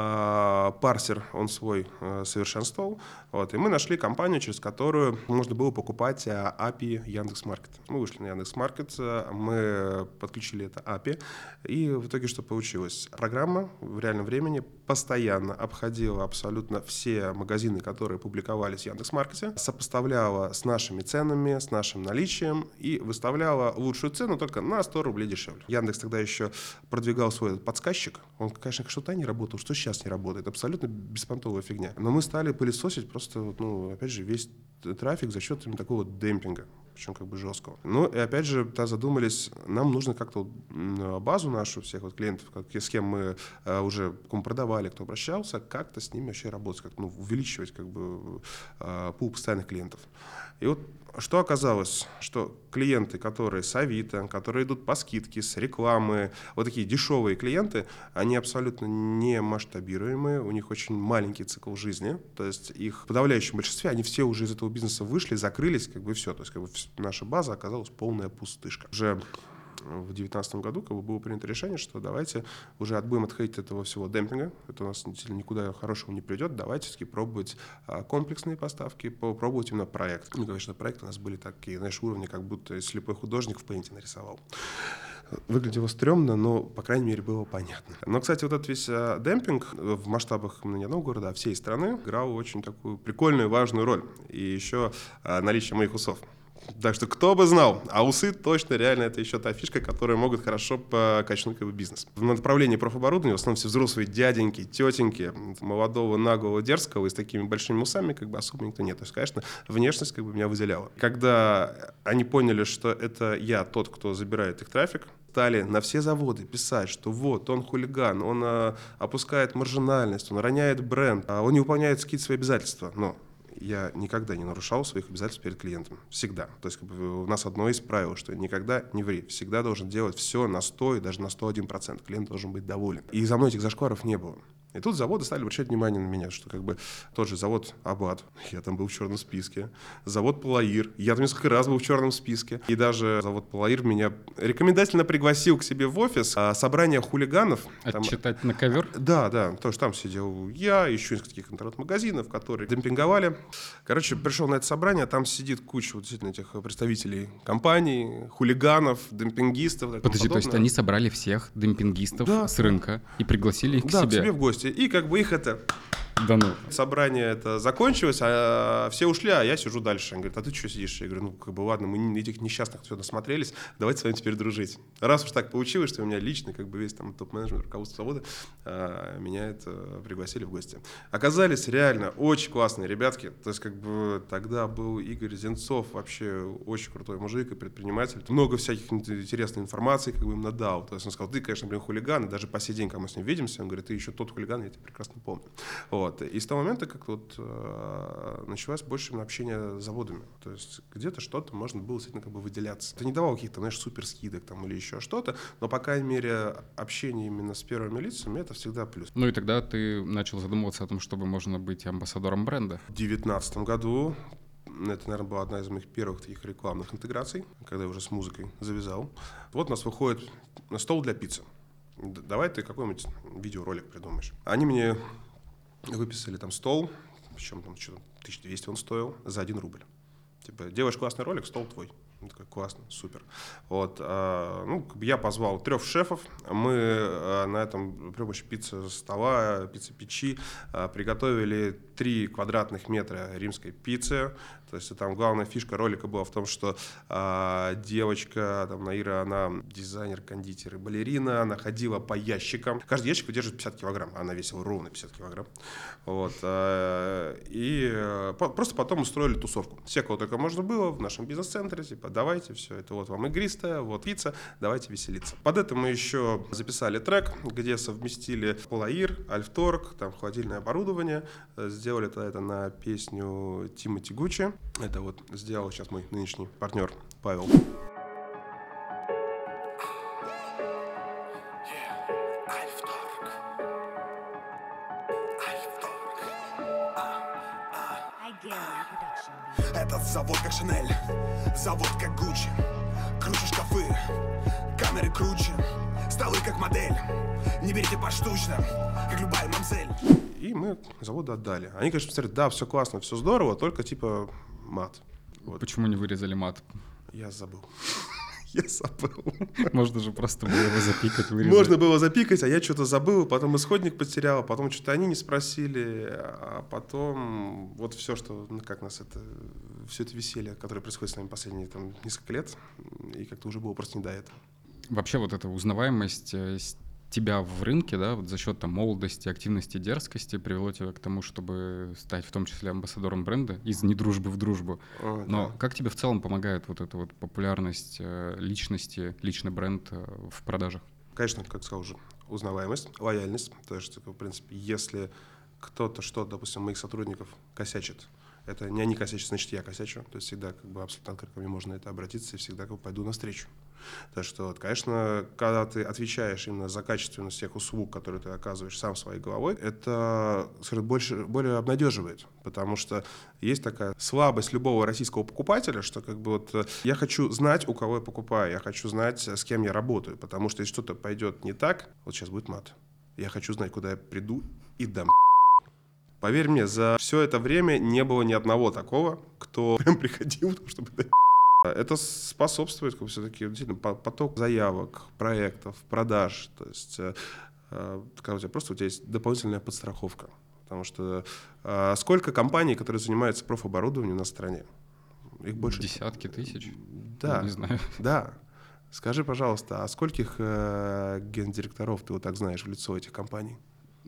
Speaker 2: А, парсер он свой а, совершенствовал. Вот, и мы нашли компанию, через которую можно было покупать а, эй пи ай Яндекс.Маркет. Мы вышли на Яндекс.Маркет, мы подключили это эй пи ай, и в итоге что получилось? Программа в реальном времени постоянно обходила абсолютно все магазины, которые публиковались в Яндекс.Маркете, сопоставляла с нашими ценами, с нашим наличием и выставляла лучшую цену только на сто рублей дешевле. Яндекс тогда еще продвигал свой подсказчик. Он, конечно, что-то не работал, что сейчас не работает. Абсолютно беспонтовая фигня. Но мы стали пылесосить просто, ну, опять же, весь трафик за счет именно такого демпинга, причем как бы жесткого. Ну, и опять же, тогда задумались, нам нужно как-то базу нашу, всех вот клиентов, как, с кем мы а, уже кому продавали, кто обращался, как-то с ними вообще работать, как, ну, увеличивать как бы а, пул постоянных клиентов. И вот что оказалось, что клиенты, которые с Авито, которые идут по скидке, с рекламы, вот такие дешевые клиенты, они абсолютно не масштабируемые, у них очень маленький цикл жизни, то есть их в подавляющем большинстве, они все уже из этого бизнеса вышли, закрылись, как бы все, то есть как бы наша база оказалась полная пустышка. Уже в две тысячи девятнадцатом году как бы было принято решение, что давайте уже будем отходить от этого всего демпинга, это у нас никуда хорошего не придет, давайте все-таки пробовать а, комплексные поставки, попробовать именно проект. Ну, конечно, проекты у нас были такие, знаешь, уровни, как будто слепой художник в пейнте нарисовал. Выглядело стрёмно, но, по крайней мере, было понятно. Но, кстати, вот этот весь а, демпинг в масштабах не одного города, а всей страны играл очень такую прикольную, важную роль. И еще а, наличие моих усов. Так что кто бы знал, а усы точно реально это еще та фишка, которая могут хорошо покачнуть как бы бизнес. В направлении профоборудования в основном все взрослые дяденьки, тетеньки, молодого, наглого, дерзкого и с такими большими усами как бы особо никто нет. То есть, конечно, внешность как бы меня выделяла. Когда они поняли, что это я тот, кто забирает их трафик, стали на все заводы писать, что вот, он хулиган, он а, опускает маржинальность, он роняет бренд, а он не выполняет какие-то свои обязательства. Но я никогда не нарушал своих обязательств перед клиентом. Всегда. То есть как бы, у нас одно из правил, что никогда не ври. Всегда должен делать все на сто и даже на сто один процент. Клиент должен быть доволен. И за мной этих зашкваров не было. И тут заводы стали обращать внимание на меня, что как бы тот же завод Абат, я там был в черном списке, завод Полаир, я там несколько раз был в черном списке, и даже завод Полаир меня рекомендательно пригласил к себе в офис, а собрание хулиганов.
Speaker 1: Отчитать там, на ковер?
Speaker 2: Да, да, тоже там сидел я, еще из каких-то интернет-магазинов, которые демпинговали. Короче, пришел на это собрание, там сидит куча вот, действительно этих представителей компаний, хулиганов, демпингистов.
Speaker 1: Подожди, то есть они собрали всех демпингистов да. с рынка и пригласили их к
Speaker 2: да,
Speaker 1: себе?
Speaker 2: Да, к себе в гости. И как бы их это...
Speaker 1: Да ну.
Speaker 2: Собрание это закончилось, а все ушли, а я сижу дальше. Он говорит, а ты что сидишь? Я говорю, ну, как бы, ладно, мы этих несчастных все насмотрелись, давайте с вами теперь дружить. Раз уж так получилось, что у меня лично, как бы, весь там топ-менеджмент, руководство завода, а, меня это пригласили в гости. Оказались реально очень классные ребятки. То есть, как бы, тогда был Игорь Зенцов, вообще очень крутой мужик и предприниматель. Много всяких интересной информации, как бы, им надал. То есть, он сказал, ты, конечно, блин, хулиган, и даже по сей день, когда мы с ним видимся, он говорит, ты еще тот хулиган, я тебя прекрасно помню. Вот. Вот. И с того момента как вот э, началось больше общение с заводами. То есть где-то что-то можно было действительно как бы выделяться. Это не давало каких-то, знаешь, супер скидок там или еще что-то, но, по крайней мере, общение именно с первыми лицами — это всегда плюс.
Speaker 1: Ну и тогда ты начал задумываться о том, чтобы можно быть амбассадором бренда.
Speaker 2: В две тысячи девятнадцатом году это, наверное, была одна из моих первых таких рекламных интеграций, когда я уже с музыкой завязал. Вот у нас выходит стол для пиццы. Давай ты какой-нибудь видеоролик придумаешь. Они мне выписали там стол, причем там что-то тысяча двести он стоил, за один рубль. Типа, делаешь классный ролик, стол твой. Он такой, классно, супер. Вот, а, ну, я позвал трех шефов. Мы а, на этом, при помощи пиццы стола, пиццы печи, а, приготовили три квадратных метра римской пиццы. То есть там главная фишка ролика была в том, что а, девочка, там, Наира, она дизайнер, кондитер и балерина, она ходила по ящикам. Каждый ящик держит пятьдесят килограмм, она весила ровно пятьдесят килограмм. Вот, а, и а, по, просто потом устроили тусовку. Все, кого только можно было в нашем бизнес-центре, типа, давайте, все, это вот вам игристая, вот пицца, давайте веселиться. Под это мы еще записали трек, где совместили Полаир, Альфторг, там холодильное оборудование, сделали это на песню Тимати Гуччи. Это вот сделал сейчас мой нынешний партнер Павел.
Speaker 3: Этот завод как Шанель, завод как Гуччи. Круче шкафы, камеры круче, столы как модель. Не верьте поштучно, как любая мамзель.
Speaker 2: И мы заводу отдали. Они, конечно, посмотрели, да, все классно, все здорово, только типа мат. Вот.
Speaker 1: Почему не вырезали мат?
Speaker 2: Я забыл. Я забыл.
Speaker 1: Можно же просто было его запикать, вырезать.
Speaker 2: Можно было запикать, а я что-то забыл, потом исходник потерял, потом что-то они не спросили, а потом вот все, что, ну, как нас это, все это веселье, которое происходит с нами последние там несколько лет, и как-то уже было просто не до этого.
Speaker 1: Вообще вот эта узнаваемость тебя в рынке, да, вот за счет там молодости, активности, дерзкости привело тебя к тому, чтобы стать в том числе амбассадором бренда из недружбы в дружбу. О, Но да. Как тебе в целом помогает вот эта вот популярность личности, личный бренд в продажах?
Speaker 2: Конечно, как сказал уже, узнаваемость, лояльность. То есть, в принципе, если кто-то что, допустим, моих сотрудников косячит, это не они косячат, значит, я косячу. То есть всегда как бы абсолютно открыто ко мне можно это обратиться и всегда как бы пойду навстречу. Так что, вот, конечно, когда ты отвечаешь именно за качественность тех услуг, которые ты оказываешь сам своей головой, это, скажем, больше, более обнадеживает. Потому что есть такая слабость любого российского покупателя, что как бы вот я хочу знать, у кого я покупаю, я хочу знать, с кем я работаю. Потому что если что-то пойдет не так, вот сейчас будет мат. Я хочу знать, куда я приду и дам. Поверь мне, за все это время не было ни одного такого, кто прям приходил, чтобы... Это способствует как бы, все-таки действительно поток заявок, проектов, продаж. То есть когда у тебя просто у тебя есть дополнительная подстраховка. Потому что сколько компаний, которые занимаются профоборудованием на стране? Их больше...
Speaker 1: Десятки тысяч?
Speaker 2: Да,
Speaker 1: ну, не знаю.
Speaker 2: Да. Скажи, пожалуйста, а скольких э, гендиректоров ты вот так знаешь в лицо этих компаний?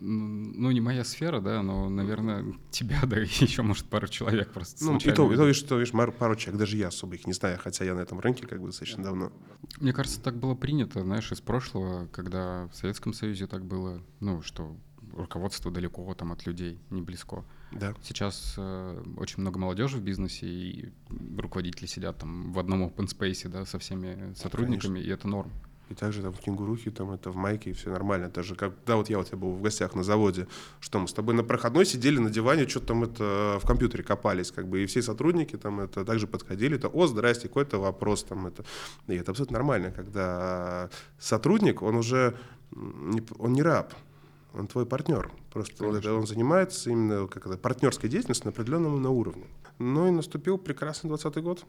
Speaker 1: Ну, не моя сфера, да, но, наверное, тебя, да, еще, может, пару человек просто.
Speaker 2: Ну, и то, и то, видишь, то, видишь, пару человек, даже я особо их не знаю, хотя я на этом рынке как бы достаточно давно.
Speaker 1: Мне кажется, так было принято, знаешь, из прошлого, когда в Советском Союзе так было, ну, что руководство далеко там от людей, не близко.
Speaker 2: Да.
Speaker 1: Сейчас э, очень много молодежи в бизнесе, и руководители сидят там в одном open space, да, со всеми сотрудниками, конечно. И это норм.
Speaker 2: И также там в кенгурухе, там это в майке, и все нормально. Даже когда вот я вот я был в гостях на заводе, что мы с тобой на проходной сидели на диване, что-то там это в компьютере копались, как бы, и все сотрудники там это также подходили, это, о, здрасте, какой-то вопрос там это. И это абсолютно нормально, когда сотрудник, он уже, не, он не раб, он твой партнер. Просто он, это, он занимается именно как это, партнерской деятельностью на определенном на уровне. Ну и наступил прекрасный двадцатый год,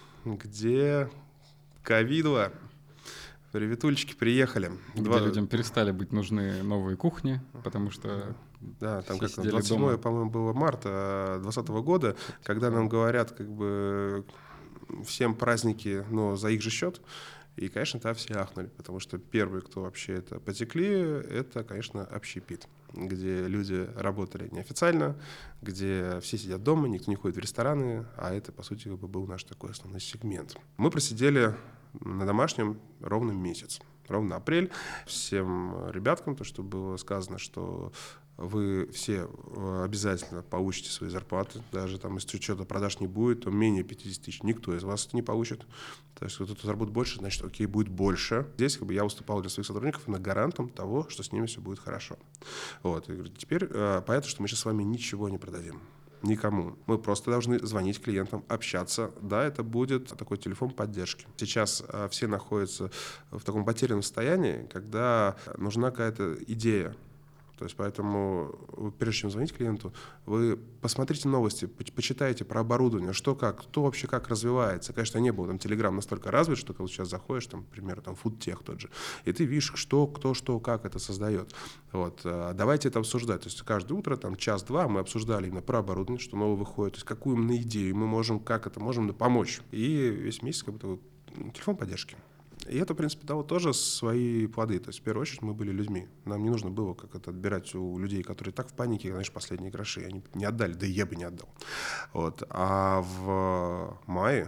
Speaker 2: где ковидла. Приветульчики приехали.
Speaker 1: Где Два... людям перестали быть нужны новые кухни, потому что
Speaker 2: да, там как двадцать седьмое, по-моему, было марта двадцатого года, когда нам говорят, как бы всем праздники, но за их же счет. И, конечно, там все ахнули, потому что первые, кто вообще это потекли, это, конечно, общепит, где люди работали неофициально, где все сидят дома, никто не ходит в рестораны, а это, по сути, был наш такой основной сегмент. Мы просидели на домашнем ровно месяц. ровно апрель. Всем ребяткам, то, что было сказано, что вы все обязательно получите свои зарплаты, даже там, если учета продаж не будет, то менее пятьдесят тысяч никто из вас это не получит. То есть, вот это заработает больше, значит, окей, будет больше. Здесь как бы я выступал для своих сотрудников на гарантом того, что с ними все будет хорошо. Вот. И говорю, теперь понятно, что мы сейчас с вами ничего не продадим. Никому. Мы просто должны звонить клиентам, общаться. Да, это будет такой телефон поддержки. Сейчас а, все находятся в таком потерянном состоянии, когда нужна какая-то идея. То есть поэтому, прежде чем звонить клиенту, вы посмотрите новости, почитайте про оборудование, что как, кто вообще как развивается. Конечно, не было там Telegram настолько развит, что когда сейчас заходишь, там, например, там фудтех тот же, и ты видишь, что, кто, что, как это создает. Вот. Давайте это обсуждать. То есть каждое утро, там, час-два мы обсуждали именно про оборудование, что новое выходит, то есть какую именно идею мы можем, как это можем помочь. И весь месяц как будто телефон поддержки. И это, в принципе, дало тоже свои плоды. То есть, в первую очередь, мы были людьми. Нам не нужно было как это отбирать у людей, которые так в панике, знаешь, последние гроши. Они не отдали, да и я бы не отдал. Вот. А в мае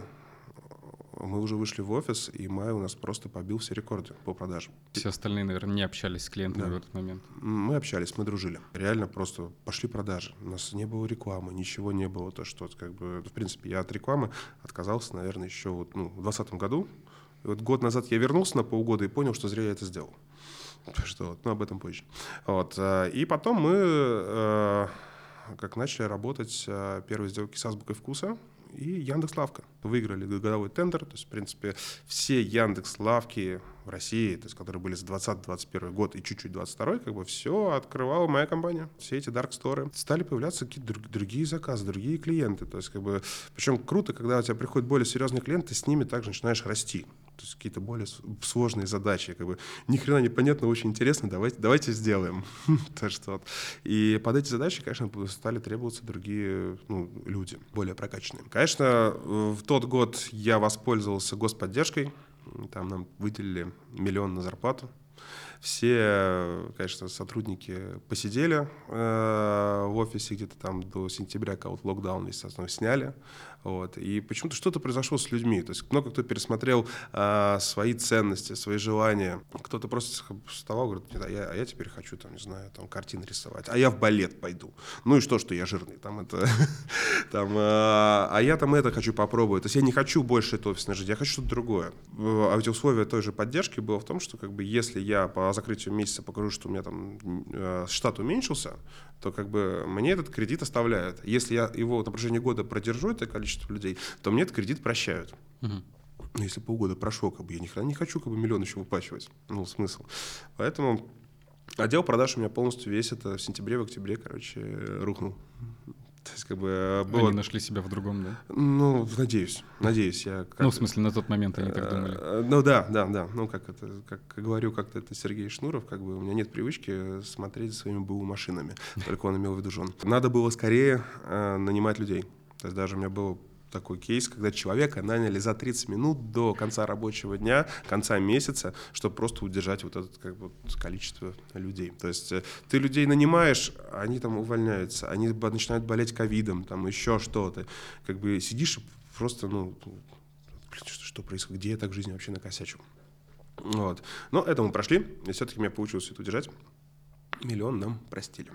Speaker 2: мы уже вышли в офис, и май у нас просто побил все рекорды по продажам.
Speaker 1: Все остальные, наверное, не общались с клиентами, да, в этот момент.
Speaker 2: Мы общались, мы дружили. Реально просто пошли продажи. У нас не было рекламы, ничего не было. То, что, как бы, в принципе, я от рекламы отказался, наверное, еще вот, ну, в двадцатом году. И вот год назад я вернулся на полгода и понял, что зря я это сделал. Что вот, ну, об этом позже. Вот. И потом мы как начали работать первые сделки с Азбукой Вкуса и Яндекс.Лавка. Выиграли годовой тендер. То есть, в принципе, все Яндекс.Лавки в России, то есть, которые были за двадцатый двадцать первый год и чуть-чуть двадцать второй, как бы все открывала моя компания. Все эти дарк-сторы. Стали появляться какие-то другие заказы, другие клиенты. То есть, как бы, причем круто, когда у тебя приходят более серьезные клиенты, ты с ними также начинаешь расти. То есть какие-то более сложные задачи, как бы ни хрена непонятно, очень интересно, давайте, давайте сделаем. То, что вот. И под эти задачи, конечно, стали требоваться другие, ну, люди, более прокачанные. Конечно, в тот год я воспользовался господдержкой, там нам выделили миллион на зарплату. Все, конечно, сотрудники посидели э, в офисе где-то там до сентября, когда вот локдаун весь основной сняли. Вот. И почему-то что-то произошло с людьми. То есть много кто пересмотрел э, свои ценности, свои желания. Кто-то просто вставал и говорит, а я, а я теперь хочу, там, не знаю, там, картины рисовать. А я в балет пойду. Ну и что, что я жирный? Там это, там, э, а я там это хочу попробовать. То есть я не хочу больше этой офисной жизни, я хочу что-то другое. А эти условия той же поддержки было в том, что как бы, если я по закрытию месяца покажу, что у меня там э, штат уменьшился, то как бы мне этот кредит оставляют. Если я его на протяжении года продержу, это количество людей, то мне этот кредит прощают. Угу. Но если полгода прошло, как бы я ни хрена не хочу как бы миллион еще выплачивать. Ну, смысл. Поэтому отдел продаж у меня полностью весь это в сентябре, в октябре, короче, рухнул. То есть, как бы, было...
Speaker 1: Они нашли себя в другом, да?
Speaker 2: Ну, надеюсь, надеюсь. Я как...
Speaker 1: Ну, в смысле, на тот момент они так думали.
Speaker 2: Ну, да, да, да. Ну, как это, как говорю, как-то это Сергей Шнуров, как бы у меня нет привычки смотреть за своими БУ машинами. Только он имел в виду жен. Надо было скорее э, нанимать людей. То есть даже у меня был такой кейс, когда человека наняли за тридцать минут до конца рабочего дня, конца месяца, чтобы просто удержать вот это как бы, количество людей. То есть ты людей нанимаешь, они там увольняются, они начинают болеть ковидом, там еще что-то. Как бы сидишь и просто, ну, блин, что, что происходит, где я так в жизни вообще накосячу. Вот. Но это мы прошли, и все-таки у меня получилось это удержать. Миллион нам простили.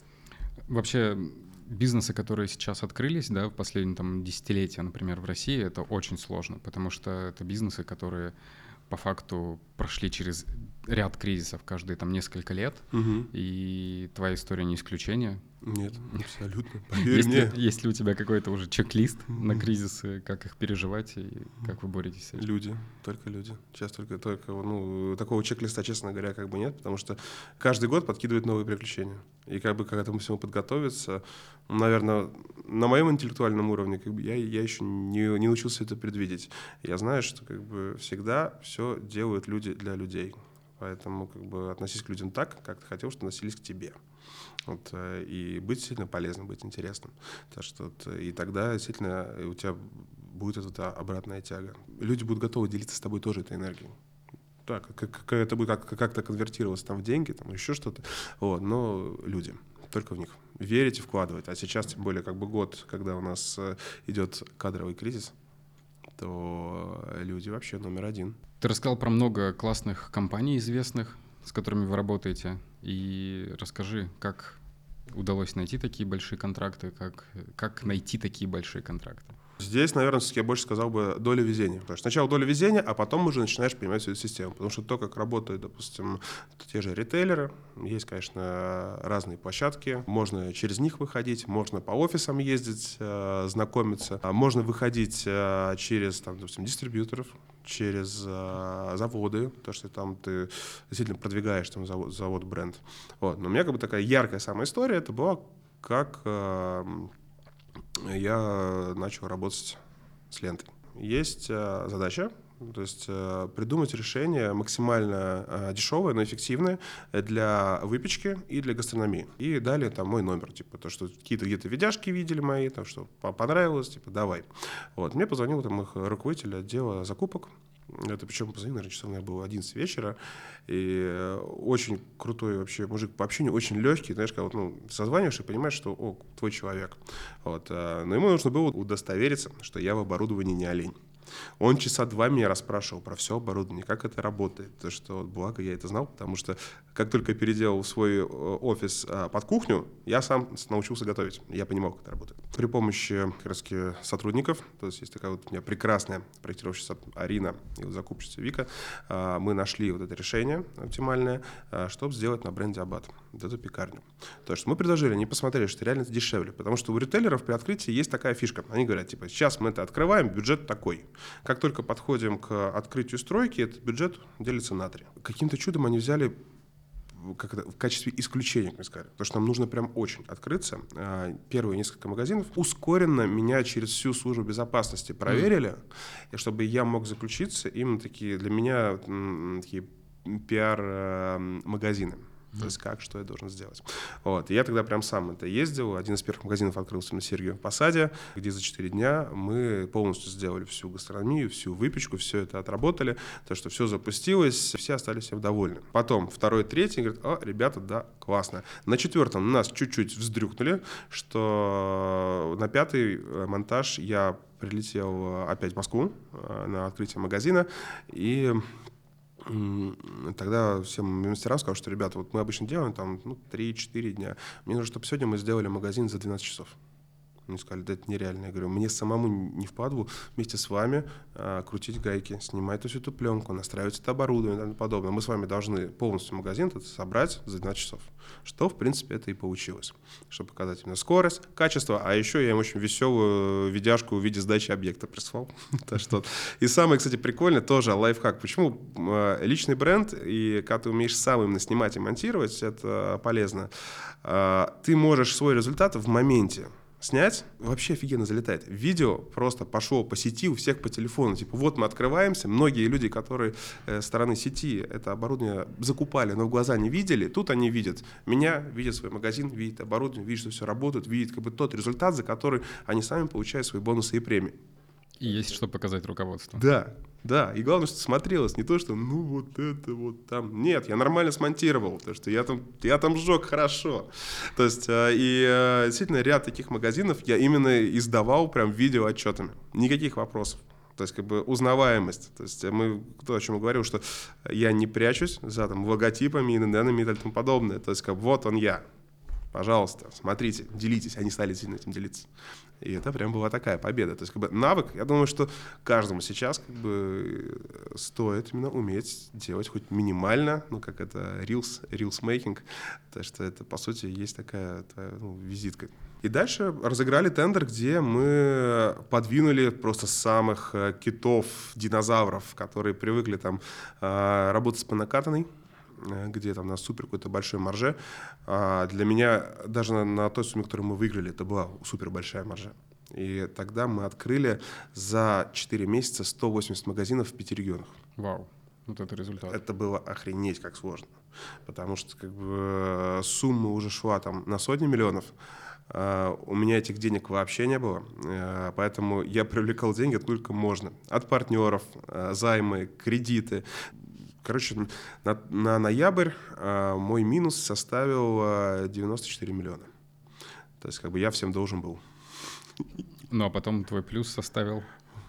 Speaker 1: Вообще... Бизнесы, которые сейчас открылись, да, в последние там, десятилетия, например, в России, это очень сложно, потому что это бизнесы, которые по факту прошли через ряд кризисов каждые там несколько лет, угу. И твоя история не исключение.
Speaker 2: Нет, абсолютно. Поверь
Speaker 1: есть,
Speaker 2: мне.
Speaker 1: Ли, есть ли у тебя какой-то уже чек-лист mm-hmm. на кризисы, как их переживать и как вы боретесь с этим?
Speaker 2: Люди, только люди. Сейчас только, только ну, такого чек-листа, честно говоря, как бы нет, потому что каждый год подкидывают новые приключения. И как бы к этому всему подготовиться, наверное, на моем интеллектуальном уровне как бы, я, я еще не, не научился это предвидеть. Я знаю, что как бы, всегда все делают люди для людей. Поэтому как бы, относись к людям так, как ты хотел, чтобы относились к тебе. Вот, и быть действительно полезным, быть интересным. Так что, и тогда действительно у тебя будет эта обратная тяга. Люди будут готовы делиться с тобой тоже этой энергией. Так, как, как это будет как, как-то конвертироваться там, в деньги, там, еще что-то. Вот, но люди, только в них. Верить и вкладывать. А сейчас, тем более, как бы год, когда у нас идет кадровый кризис, то люди вообще номер один.
Speaker 1: Ты рассказал про много классных компаний известных, с которыми вы работаете. И расскажи, как удалось найти такие большие контракты, как, как найти такие большие контракты?
Speaker 2: Здесь, наверное, я больше сказал бы доля везения. Потому что сначала доля везения, а потом уже начинаешь понимать всю эту систему. Потому что то, как работают, допустим, те же ритейлеры, есть, конечно, разные площадки. Можно через них выходить, можно по офисам ездить, знакомиться. Можно выходить через, там, допустим, дистрибьюторов, через э, заводы, то, что там ты действительно продвигаешь там завод, завод бренд. Вот. Но у меня как бы такая яркая самая история, это была, как э, я начал работать с лентой. Есть э, задача, то есть э, придумать решение максимально э, дешевое, но эффективное для выпечки и для гастрономии. И далее там мой номер, типа то, что какие-то где-то видяшки видели мои, там, что понравилось, типа давай. Вот. Мне позвонил там их руководитель отдела закупок. Это причем позвонил, наверное, часов, наверное, было одиннадцать вечера. И очень крутой вообще мужик по общению, очень легкий. Знаешь, когда вот, ну, созваниваешь и понимаешь, что о, твой человек. Вот. Но ему нужно было удостовериться, что я в оборудовании не олень. Он часа два меня расспрашивал про все оборудование, как это работает. То, что, благо, я это знал, потому что как только переделал свой офис под кухню, я сам научился готовить. Я понимал, как это работает. При помощи как раз сотрудников, то есть есть такая вот у меня прекрасная проектировщица Арина и вот закупщица Вика, мы нашли вот это решение оптимальное, чтобы сделать на бренде Аббат вот эту пекарню. То есть мы предложили, они посмотрели, что реально это дешевле, потому что у ритейлеров при открытии есть такая фишка. Они говорят, типа, сейчас мы это открываем, бюджет такой. Как только подходим к открытию стройки, этот бюджет делится на три. Каким-то чудом они взяли как это, в качестве исключения, как мы сказали, потому что нам нужно прям очень открыться. Первые несколько магазинов ускоренно меня через всю службу безопасности проверили, mm. и чтобы я мог заключиться именно такие для меня такие пиар-магазины. То есть как, что я должен сделать. Вот. И я тогда прям сам это ездил. Один из первых магазинов открылся на Сергиевом Посаде, где за четыре дня мы полностью сделали всю гастрономию, всю выпечку, все это отработали. То, что все запустилось, все остались всем довольны. Потом второй, третий, говорят, о, ребята, да, классно. На четвертом нас чуть-чуть вздрюкнули, что на пятый монтаж я прилетел опять в Москву на открытие магазина, и тогда всем мастерам сказал, что, ребята, вот мы обычно делаем там ну, три-четыре дня. Мне нужно, чтобы сегодня мы сделали магазин за двенадцать часов. Мне сказали, да это нереально. Я говорю, мне самому не впадлу вместе с вами а, крутить гайки, снимать всю эту пленку, настраивать это оборудование и тому подобное. Мы с вами должны полностью магазин этот собрать за двенадцать часов. Что, в принципе, это и получилось. Чтобы показать именно скорость, качество, а еще я им очень веселую видяшку в виде сдачи объекта прислал. И самое, кстати, прикольное, тоже лайфхак. Почему личный бренд, и когда ты умеешь сам именно снимать и монтировать, это полезно. Ты можешь свой результат в моменте снять, вообще офигенно залетает. Видео просто пошло по сети, у всех по телефону. Типа вот мы открываемся, многие люди, которые э, со стороны сети это оборудование закупали, но в глаза не видели, тут они видят меня, видят свой магазин, видят оборудование, видят, что все работает, видят как бы тот результат, за который они сами получают свои бонусы и премии.
Speaker 1: И есть что показать руководству.
Speaker 2: Да, да. И главное, что смотрелось не то, что ну вот это вот там. Нет, я нормально смонтировал, потому что я там, я там сжег хорошо. То есть и действительно ряд таких магазинов я именно издавал прям видеоотчетами. Никаких вопросов. То есть как бы узнаваемость. То есть мы, то, о чем я говорил, что я не прячусь за там логотипами, эн эн энами и тому подобное. То есть как вот он я. Пожалуйста, смотрите, делитесь. Они стали сильно этим делиться. И это прям была такая победа. То есть, как бы, навык, я думаю, что каждому сейчас как бы стоит именно уметь делать хоть минимально, ну, как это, reels, reels-making, то что это, по сути, есть такая, ну, визитка. И дальше разыграли тендер, где мы подвинули просто самых китов, динозавров, которые привыкли там работать с понакатанной, где там на супер какой-то большой марже. А для меня даже на, на той сумме, которую мы выиграли, это была супер большая маржа. И тогда мы открыли за четыре месяца сто восемьдесят магазинов в пяти регионах.
Speaker 1: Вау, вот это результат.
Speaker 2: Это было охренеть как сложно. Потому что как бы сумма уже шла там на сотни миллионов. Uh, у меня этих денег вообще не было, uh, поэтому я привлекал деньги только можно. От партнеров, uh, займы, кредиты. Короче, на, на ноябрь uh, мой минус составил uh, девяносто четыре миллиона. То есть как бы я всем должен был.
Speaker 1: Ну а потом твой плюс составил?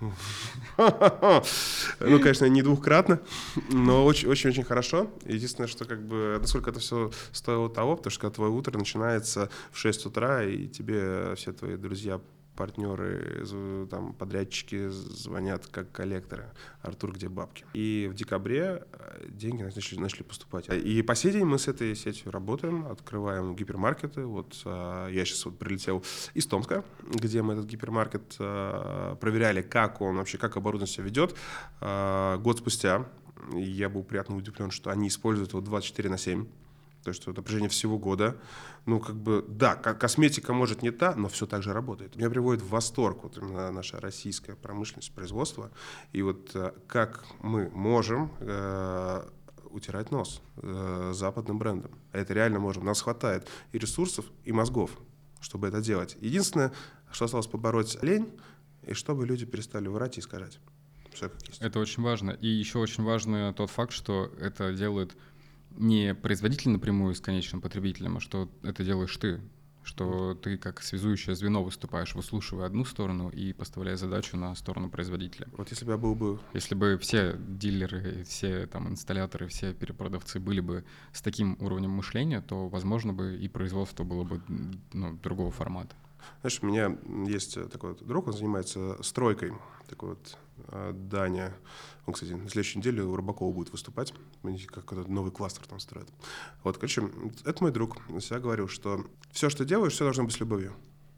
Speaker 2: Ну, конечно, не двухкратно, но очень-очень хорошо. Единственное, что как бы, насколько это все стоило того, потому что когда твое утро начинается в шесть утра, и тебе все твои друзья, партнеры, там, подрядчики звонят как коллекторы. Артур, где бабки? И в декабре деньги начали, начали поступать. И по сей день мы с этой сетью работаем, открываем гипермаркеты. Вот я сейчас вот прилетел из Томска, где мы этот гипермаркет проверяли, как он вообще, как оборудование себя ведет. Год спустя я был приятно удивлен, что они используют его двадцать четыре на семь. То есть это напряжение всего года. Ну, как бы, да, косметика, может, не та, но все так же работает. Меня приводит в восторг вот именно наша российская промышленность, производство. И вот как мы можем э, утирать нос э, западным брендам. Это реально можем. У нас хватает и ресурсов, и мозгов, чтобы это делать. Единственное, что осталось побороть лень, и чтобы люди перестали врать и искажать. Все как есть.
Speaker 1: Это очень важно. И еще очень важно тот факт, что это делает не производитель напрямую с конечным потребителем, а что это делаешь ты, что ты как связующее звено выступаешь, выслушивая одну сторону и поставляя задачу на сторону производителя.
Speaker 2: Вот если бы я был бы...
Speaker 1: Если бы все дилеры, все там инсталляторы, все перепродавцы были бы с таким уровнем мышления, то, возможно, бы и производство было бы, ну, другого формата.
Speaker 2: Знаешь, у меня есть такой вот друг, он занимается стройкой, такой вот Даня. Он, кстати, на следующей неделе у Рыбакова будет выступать, какой-то новый кластер там строят. Вот, короче, это мой друг. Он всегда говорил, что все, что делаешь, все должно быть с любовью.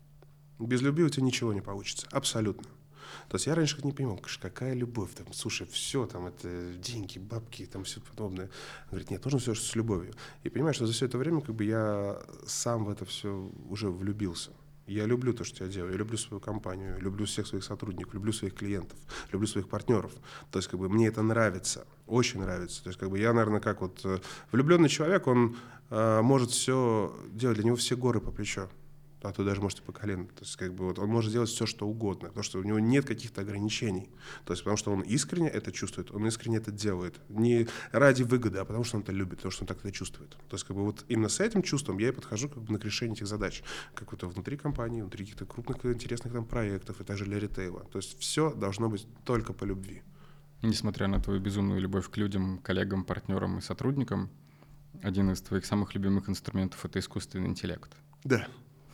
Speaker 2: Без любви у тебя ничего не получится. Абсолютно. То есть я раньше не понимал, какая любовь, там, слушай, все, там, это деньги, бабки, там, все подобное. Он говорит, нет, нужно все с любовью. И понимаешь, что за все это время как бы я сам в это все уже влюбился. Я люблю то, что я делаю, я люблю свою компанию, люблю всех своих сотрудников, люблю своих клиентов, люблю своих партнеров. То есть, как бы, мне это нравится, очень нравится. То есть, как бы, я, наверное, как вот влюбленный человек, он э, может все делать, для него все горы по плечу, а то даже, может, и по колено. То есть, как бы, вот, он может делать все, что угодно, потому что у него нет каких-то ограничений. То есть, потому что он искренне это чувствует, он искренне это делает. Не ради выгоды, а потому что он это любит, потому что он так это чувствует. То есть, как бы, вот именно с этим чувством я и подхожу как бы, к решению этих задач. Как это внутри компании, внутри каких-то крупных интересных там, проектов и также для ритейла. То есть, все должно быть только по любви.
Speaker 1: Несмотря на твою безумную любовь к людям, коллегам, партнерам и сотрудникам, один из твоих самых любимых инструментов — это искусственный интеллект.
Speaker 2: Да.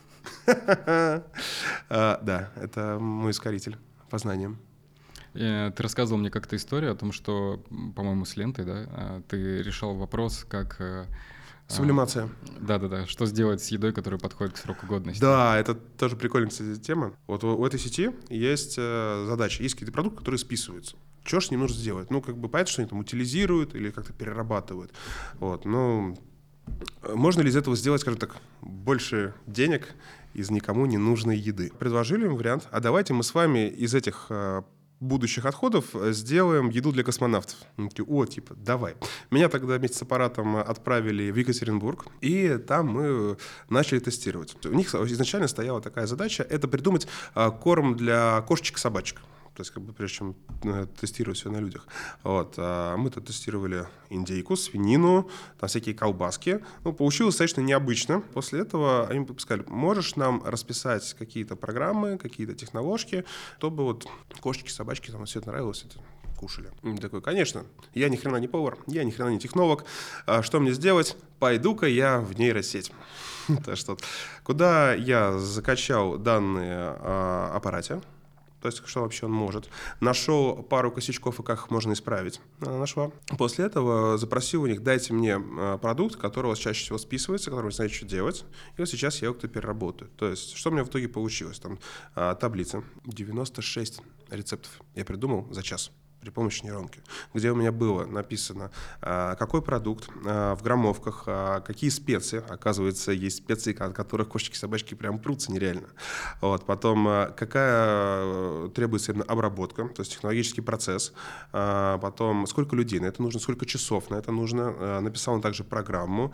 Speaker 2: Да, это мой ускоритель по знаниям.
Speaker 1: Ты рассказывал мне как-то историю о том, что, по-моему, с лентой, да, ты решал вопрос, как...
Speaker 2: Сублимация.
Speaker 1: Да-да-да, что сделать с едой, которая подходит к сроку годности.
Speaker 2: Да, это тоже прикольная, кстати, тема. Вот у, у этой сети есть э, задача, есть какие-то продукты, которые списываются. Что ж с ним нужно сделать? Ну, как бы понятно, что они там утилизируют или как-то перерабатывают. Вот, ну... Можно ли из этого сделать, скажем так, больше денег из никому не нужной еды? Предложили им вариант, а давайте мы с вами из этих э, будущих отходов сделаем еду для космонавтов. Они такие, о, типа, давай. Меня тогда вместе с аппаратом отправили в Екатеринбург, и там мы начали тестировать. У них изначально стояла такая задача, это придумать э, корм для кошечек-собачек. То есть, как бы, прежде чем э, тестировать все на людях. Вот. А мы-то тестировали индейку, свинину, там всякие колбаски. Ну, получилось достаточно необычно. После этого они сказали, можешь нам расписать какие-то программы, какие-то техноложки, чтобы вот кошечки, собачки, там все это нравилось, это кушали. И такой, конечно, я ни хрена не повар, я ни хрена не технолог. А что мне сделать? Пойду-ка я в нейросеть. То, что, куда я закачал данные о аппарате, то есть, что вообще он может. Нашел пару косячков и как их можно исправить. Она нашла. После этого запросил у них, дайте мне продукт, который у вас чаще всего списывается, который вы знаете, что делать. И вот сейчас я его как-то переработаю. То есть, что у меня в итоге получилось? Там таблица. девяносто шесть рецептов я придумал за час при помощи нейронки, где у меня было написано, какой продукт в граммовках, какие специи. Оказывается, есть специи, от которых кошечки-собачки прям прутся нереально. Вот. Потом, какая требуется именно обработка, то есть технологический процесс. Потом, сколько людей на это нужно, сколько часов на это нужно. Написал он также программу.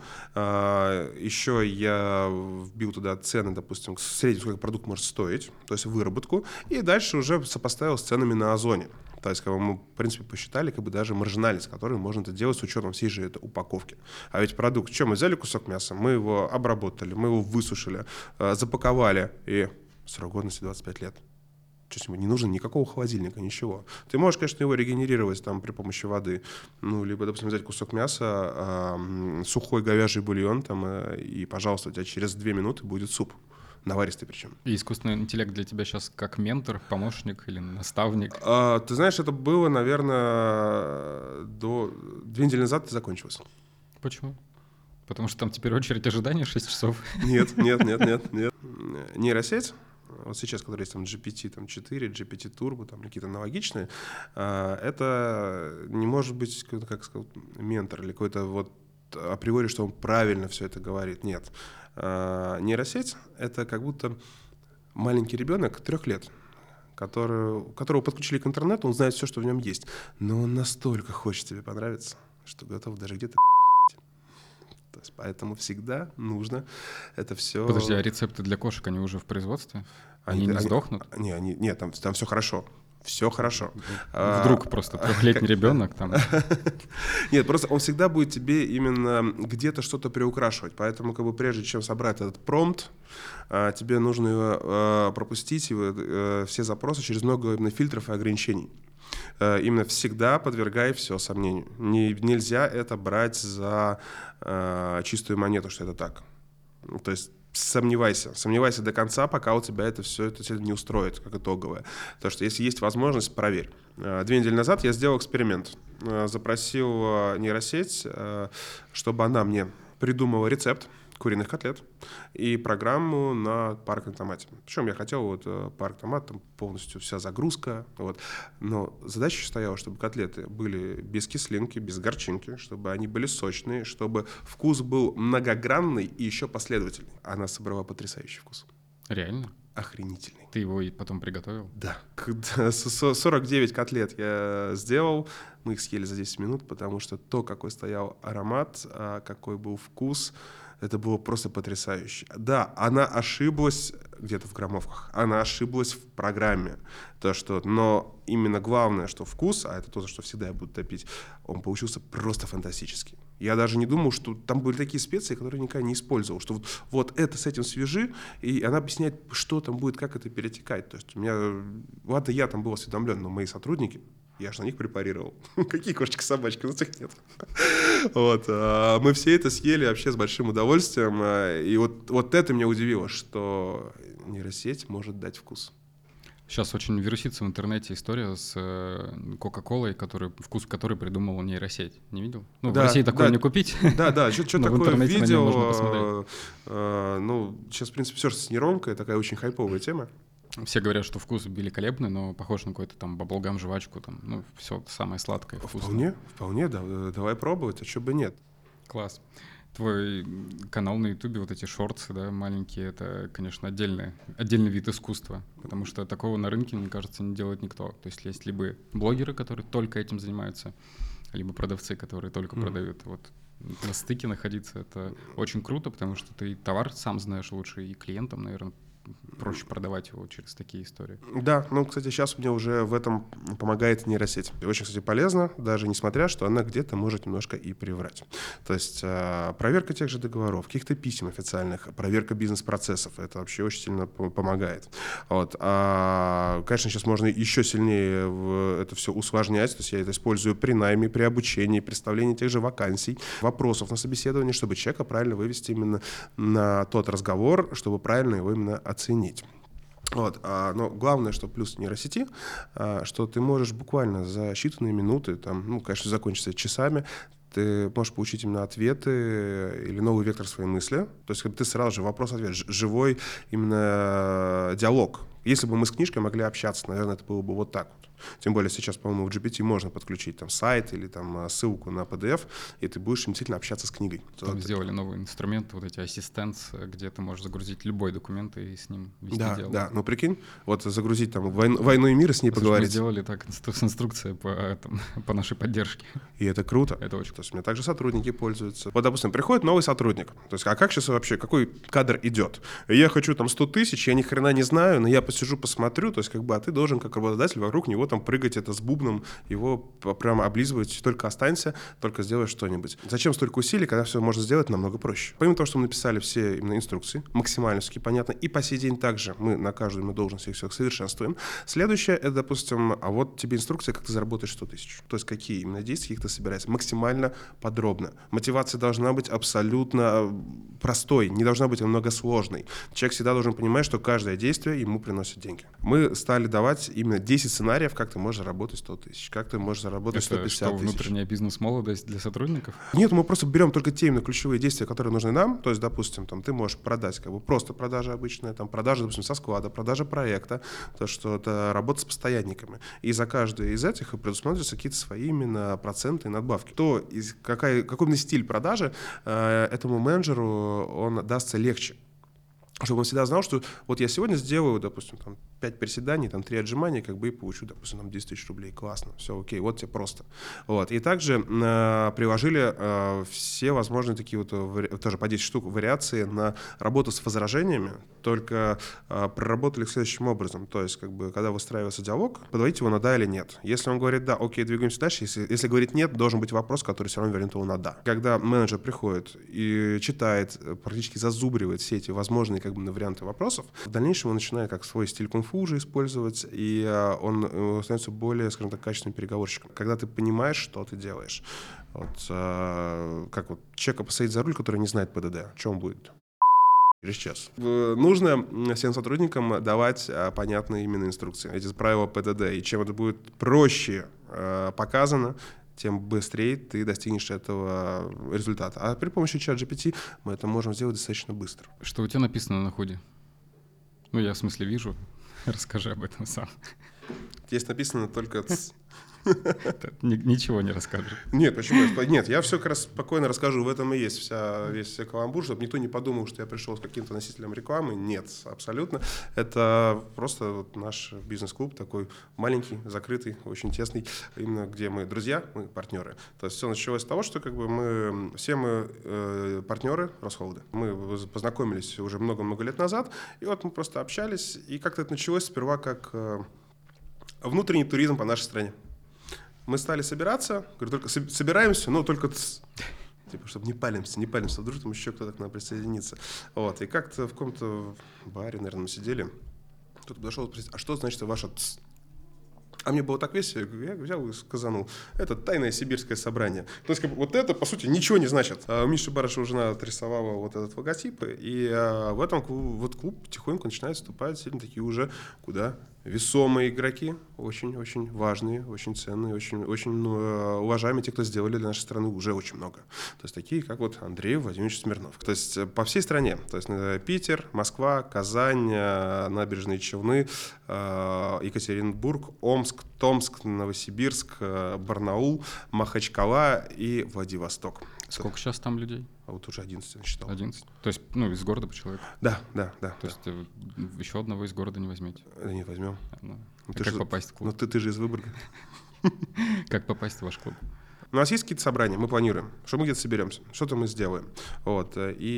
Speaker 2: Еще я вбил туда цены, допустим, средний, сколько продукт может стоить, то есть выработку. И дальше уже сопоставил с ценами на Озоне. То есть, как бы мы, в принципе, посчитали, как бы даже маржинальность, которую можно это делать с учетом всей же этой упаковки. А ведь продукт, что мы взяли кусок мяса, мы его обработали, мы его высушили, запаковали, и срок годности двадцать пять лет. То есть ему не нужно никакого холодильника, ничего. Ты можешь, конечно, его регенерировать там, при помощи воды. Ну, либо, допустим, взять кусок мяса, э, сухой говяжий бульон, там, э, и, пожалуйста, у тебя через две минуты будет суп. Наваристый причем.
Speaker 1: И искусственный интеллект для тебя сейчас как ментор, помощник или наставник?
Speaker 2: А, ты знаешь, это было, наверное, до... Две недели назад это закончилось.
Speaker 1: Почему? Потому что там теперь очередь ожидания шесть часов.
Speaker 2: Нет, нет, нет, нет, нет. Нейросеть, вот сейчас, которые есть там джи пи ти четыре, джи пи ти Turbo, там какие-то аналогичные, это не может быть, как сказать, ментор или какой-то вот априори, что он правильно все это говорит. Нет. Нейросеть — это как будто маленький ребенок трех лет, который, которого подключили к интернету, он знает все, что в нем есть, но он настолько хочет тебе понравиться, что готов даже где-то... То есть, поэтому всегда нужно это все...
Speaker 1: Подожди, а рецепты для кошек, они уже в производстве? Они, они не они, сдохнут?
Speaker 2: Не, они, нет, там, там все хорошо. Все хорошо.
Speaker 1: Вдруг а, просто трехлетний как... ребенок там.
Speaker 2: Нет, просто он всегда будет тебе именно где-то что-то приукрашивать. Поэтому, как бы, прежде чем собрать этот промпт, тебе нужно его пропустить его, все запросы через много именно фильтров и ограничений. Именно всегда подвергай все сомнению. Не, нельзя это брать за э, чистую монету, что это так. То есть сомневайся. Сомневайся до конца, пока у тебя это все это тебя не устроит, как итоговое. Потому что если есть возможность, проверь. Две недели назад я сделал эксперимент. Запросил нейросеть, чтобы она мне придумала рецепт куриных котлет и программу на парк томате. Причем я хотел вот парк томат, там полностью вся загрузка. Вот. Но задача стояла, чтобы котлеты были без кислинки, без горчинки, чтобы они были сочные, чтобы вкус был многогранный и еще последовательный. Она собрала потрясающий вкус.
Speaker 1: Реально?
Speaker 2: Охренительный.
Speaker 1: Ты его и потом приготовил?
Speaker 2: Да. сорок девять котлет я сделал. Мы их съели за десять минут, потому что то, какой стоял аромат, какой был вкус, это было просто потрясающе. Да, она ошиблась где-то в граммовках, она ошиблась в программе. То, что, но именно главное, что вкус, а это то, за что всегда я буду топить, он получился просто фантастический. Я даже не думал, что там были такие специи, которые никогда не использовал. Что вот, вот это с этим свяжи, и она объясняет, что там будет, как это перетекать. То есть у меня, ладно, я там был осведомлен, но мои сотрудники, я же на них препарировал. Какие кошечки-собачки, у нас их нет. Вот. А мы все это съели вообще с большим удовольствием. И вот, вот это меня удивило, что нейросеть может дать вкус.
Speaker 1: Сейчас очень вирусится в интернете история с Кока-Колой, который, вкус которой придумала нейросеть. Не видел? Ну, да, в России такое
Speaker 2: да,
Speaker 1: не купить.
Speaker 2: Да, да, что-то такое видел.
Speaker 1: Можно посмотреть.
Speaker 2: Ну, сейчас, в принципе, все с нейронкой, такая очень хайповая тема.
Speaker 1: Все говорят, что вкус великолепный, но похож на какой-то там баблгам, жвачку, там, ну, все самое сладкое, вкусное.
Speaker 2: Вполне, вполне, да, давай пробовать, а что бы нет.
Speaker 1: Класс. Твой канал на Ютубе, вот эти шортсы, да, маленькие, это, конечно, отдельный, отдельный вид искусства, потому что такого на рынке, мне кажется, не делает никто. То есть есть либо блогеры, которые только этим занимаются, либо продавцы, которые только mm. продают. Вот на стыке находиться — это очень круто, потому что ты товар сам знаешь лучше, и клиентам, наверное, проще продавать его через такие истории.
Speaker 2: Да, ну, кстати, сейчас мне уже в этом помогает нейросеть. И очень, кстати, полезно, даже несмотря, что она где-то может немножко и приврать. То есть э, проверка тех же договоров, каких-то писем официальных, проверка бизнес-процессов, это вообще очень сильно помогает. Вот. А, конечно, сейчас можно еще сильнее это все усложнять, то есть я это использую при найме, при обучении, представлении тех же вакансий, вопросов на собеседовании, чтобы человека правильно вывести именно на тот разговор, чтобы правильно его именно оценить. Вот. А, но главное, что плюс нейросети, а, что ты можешь буквально за считанные минуты, там, ну, конечно, закончится часами, ты можешь получить именно ответы или новый вектор своей мысли. То есть как бы ты сразу же вопрос-ответ, живой именно диалог. Если бы мы с книжкой могли общаться, наверное, это было бы вот так вот. Тем более сейчас, по-моему, в джи пи ти можно подключить там сайт или там ссылку на пи ди эф, и ты будешь действительно общаться с книгой.
Speaker 1: Там вот сделали новый инструмент, вот эти ассистенты, где ты можешь загрузить любой документ и с ним вести
Speaker 2: да,
Speaker 1: диалог.
Speaker 2: Да, ну прикинь, вот загрузить там войну, «Войну и мир» и с ней
Speaker 1: Слушай,
Speaker 2: поговорить.
Speaker 1: Мы сделали так с инструкцией по, там, по нашей поддержке.
Speaker 2: И это круто.
Speaker 1: Это очень.
Speaker 2: То есть у меня также сотрудники пользуются. Вот, допустим, приходит новый сотрудник. То есть, а как сейчас вообще, какой кадр идет? Я хочу там сто тысяч, я ни хрена не знаю, но я посижу, посмотрю, то есть как бы, а ты должен как работодатель вокруг него там прыгать это с бубном, его прямо облизывать, только останься, только сделай что-нибудь. Зачем столько усилий, когда все можно сделать намного проще? Помимо того, что мы написали все именно инструкции, максимально все понятно, и по сей день также мы на каждую мы должность их всех совершенствуем. Следующее, это, допустим, а вот тебе инструкция, как ты заработаешь сто тысяч. То есть какие именно действия их ты собираешься. Максимально подробно. Мотивация должна быть абсолютно простой, не должна быть многосложной. Человек всегда должен понимать, что каждое действие ему приносит деньги. Мы стали давать именно десять сценариев, как ты можешь заработать сто тысяч, как ты можешь заработать сто пятьдесят тысяч.
Speaker 1: Это что, внутренняя бизнес-молодость для сотрудников?
Speaker 2: Нет, мы просто берем только те именно ключевые действия, которые нужны нам. То есть, допустим, там, ты можешь продать как бы просто продажа обычная, там, продажа, допустим, со склада, продажа проекта, то, что это работа с постоянниками. И за каждый из этих предусматриваются какие-то свои именно проценты и надбавки. То, из, какая, какой именно стиль продажи э, этому менеджеру он дастся легче. Чтобы он всегда знал, что вот я сегодня сделаю, допустим, там, пять приседаний, там, три отжимания, как бы и получу, допустим, там, десять тысяч рублей. Классно, все окей, вот тебе просто. Вот. И также э, приложили э, все возможные такие вот, вари... тоже по десять штук вариации на работу с возражениями, только э, проработали их следующим образом. То есть, как бы, когда выстраивается диалог, подводить его на да или нет. Если он говорит да, окей, двигаемся дальше. Если, если говорит нет, должен быть вопрос, который все равно вернет его на да. Когда менеджер приходит и читает, практически зазубривает все эти возможные как бы на варианты вопросов, в дальнейшем он начинает как свой стиль кунг-фу уже использовать, и а, он а, становится более, скажем так, качественным переговорщиком. Когда ты понимаешь, что ты делаешь. Вот, а, как вот человека посадить за руль, который не знает ПДД, что он будет? Через час. Нужно всем сотрудникам давать а, понятные именно инструкции, эти правила ПДД, и чем это будет проще а, показано, тем быстрее ты достигнешь этого результата. А при помощи чат джи пи ти мы это можем сделать достаточно быстро.
Speaker 1: Что у тебя написано на худи? Ну, я в смысле вижу. Расскажи об этом сам.
Speaker 2: Здесь написано только...
Speaker 1: Ничего не расскажешь.
Speaker 2: Нет, почему? Нет, я все как раз спокойно расскажу. В этом и есть вся, весь вся каламбур, чтобы никто не подумал, что я пришел с каким-то носителем рекламы. Нет, абсолютно. Это просто вот наш бизнес-клуб такой маленький, закрытый, очень тесный, именно где мы друзья, мы партнеры. То есть все началось с того, что как бы мы, все мы э, партнеры Росхолда. Мы познакомились уже много-много лет назад, и вот мы просто общались, и как-то это началось сперва как э, внутренний туризм по нашей стране. Мы стали собираться, говорю, только собираемся, но только тс, типа, чтобы не палимся, не палимся, вдруг там еще кто-то к нам присоединится. Вот, и как-то в каком-то баре, наверное, мы сидели, кто-то подошел и спросил, а что значит ваша тс? А мне было так весело, я взял и сказанул, это тайное сибирское собрание. То есть как бы, вот это, по сути, ничего не значит. А Миша Барышева жена отрисовала вот этот логотип, и а, в этом вот клуб потихоньку начинает вступать сильно такие уже куда весомые игроки, очень-очень важные, очень ценные, очень, очень ну, уважаемые, те, кто сделали для нашей страны уже очень много. То есть такие, как вот Андрей Владимирович Смирнов. То есть по всей стране. То есть Питер, Москва, Казань, Набережные Челны, Екатеринбург, Омск, Томск, Новосибирск, Барнаул, Махачкала и Владивосток.
Speaker 1: Сколько сейчас там людей?
Speaker 2: А вот уже одиннадцать я насчитал.
Speaker 1: одиннадцать? То есть, ну, из города по человеку?
Speaker 2: Да, да, да.
Speaker 1: То
Speaker 2: да.
Speaker 1: есть еще одного из города не возьмете?
Speaker 2: Да нет, возьмем.
Speaker 1: Ну,
Speaker 2: ну,
Speaker 1: а как же, попасть в клуб?
Speaker 2: Ну ты, ты же из Выборга.
Speaker 1: Как попасть в ваш клуб?
Speaker 2: У нас есть какие-то собрания, мы планируем, что мы где-то соберемся, что-то мы сделаем. Вот.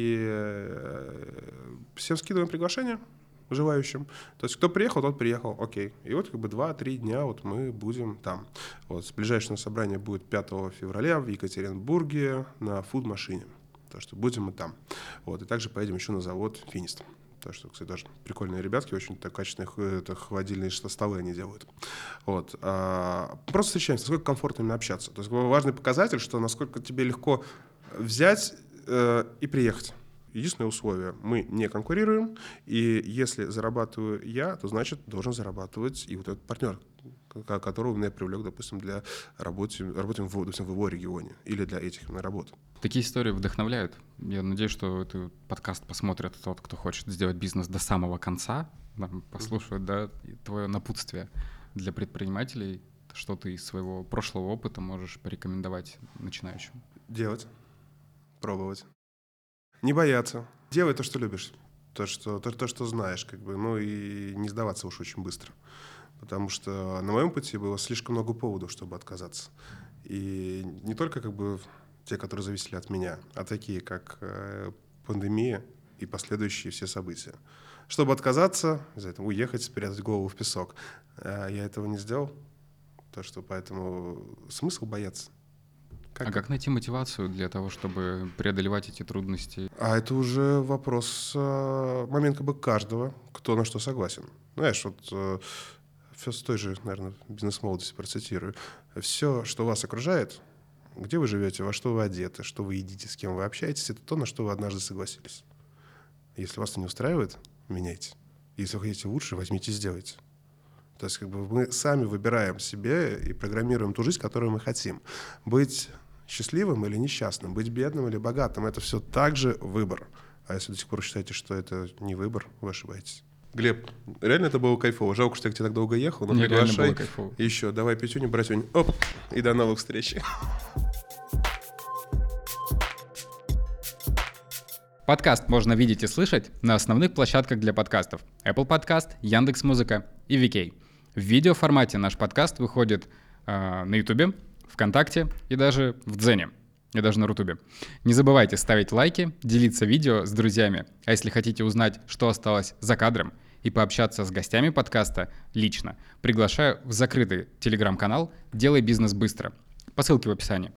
Speaker 2: И всем скидываем приглашение желающим. То есть кто приехал, тот приехал, окей. И вот как бы два-три дня вот мы будем там. Вот. Ближайшее собрание будет пятого февраля в Екатеринбурге на фуд-машине. Так что будем мы там. Вот. И также поедем еще на завод «Финист». Так что, кстати, даже прикольные ребятки, очень так качественные это, холодильные столы они делают. Вот. А, просто встречаемся, насколько комфортно именно общаться. То есть важный показатель, что насколько тебе легко взять э, и приехать. Единственное условие, мы не конкурируем, и если зарабатываю я, то значит должен зарабатывать и вот этот партнер, которого я привлек, допустим, для работы, работы в, допустим, в его регионе или для этих работ.
Speaker 1: Такие истории вдохновляют. Я надеюсь, что этот подкаст посмотрит тот, кто хочет сделать бизнес до самого конца, послушают, да, твое напутствие для предпринимателей, что ты из своего прошлого опыта можешь порекомендовать начинающим.
Speaker 2: Делать, пробовать. Не бояться. Делай то, что любишь, то, что, то, то, что знаешь, как бы, ну и не сдаваться уж очень быстро. Потому что на моем пути было слишком много поводов, чтобы отказаться. И не только как бы те, которые зависели от меня, а такие, как э, пандемия и последующие все события. Чтобы отказаться, за это уехать, спрятать голову в песок. Э, я этого не сделал. То, что поэтому смысл бояться.
Speaker 1: Как? А как найти мотивацию для того, чтобы преодолевать эти трудности?
Speaker 2: А это уже вопрос, момент как бы каждого, кто на что согласен. Знаешь, вот с той же, наверное, бизнес-молодости процитирую. Все, что вас окружает, где вы живете, во что вы одеты, что вы едите, с кем вы общаетесь, это то, на что вы однажды согласились. Если вас это не устраивает, меняйте. Если вы хотите лучше, возьмите и сделайте. То есть как бы мы сами выбираем себе и программируем ту жизнь, которую мы хотим. Быть счастливым или несчастным, быть бедным или богатым — это все также выбор. А если до сих пор считаете, что это не выбор, вы ошибаетесь. Глеб, реально это было кайфово. Жалко, что я к тебе так долго ехал, но
Speaker 1: не,
Speaker 2: приглашай еще. Давай пятюню, братюнь. Оп, и до новых встреч.
Speaker 1: Подкаст можно видеть и слышать на основных площадках для подкастов: Apple Podcast, Яндекс.Музыка и ви кей. В видеоформате наш подкаст выходит э, на YouTube, ВКонтакте и даже в Дзене, и даже на Рутубе. Не забывайте ставить лайки, делиться видео с друзьями. А если хотите узнать, что осталось за кадром, и пообщаться с гостями подкаста лично, приглашаю в закрытый телеграм-канал «Делай бизнес быстро» по ссылке в описании.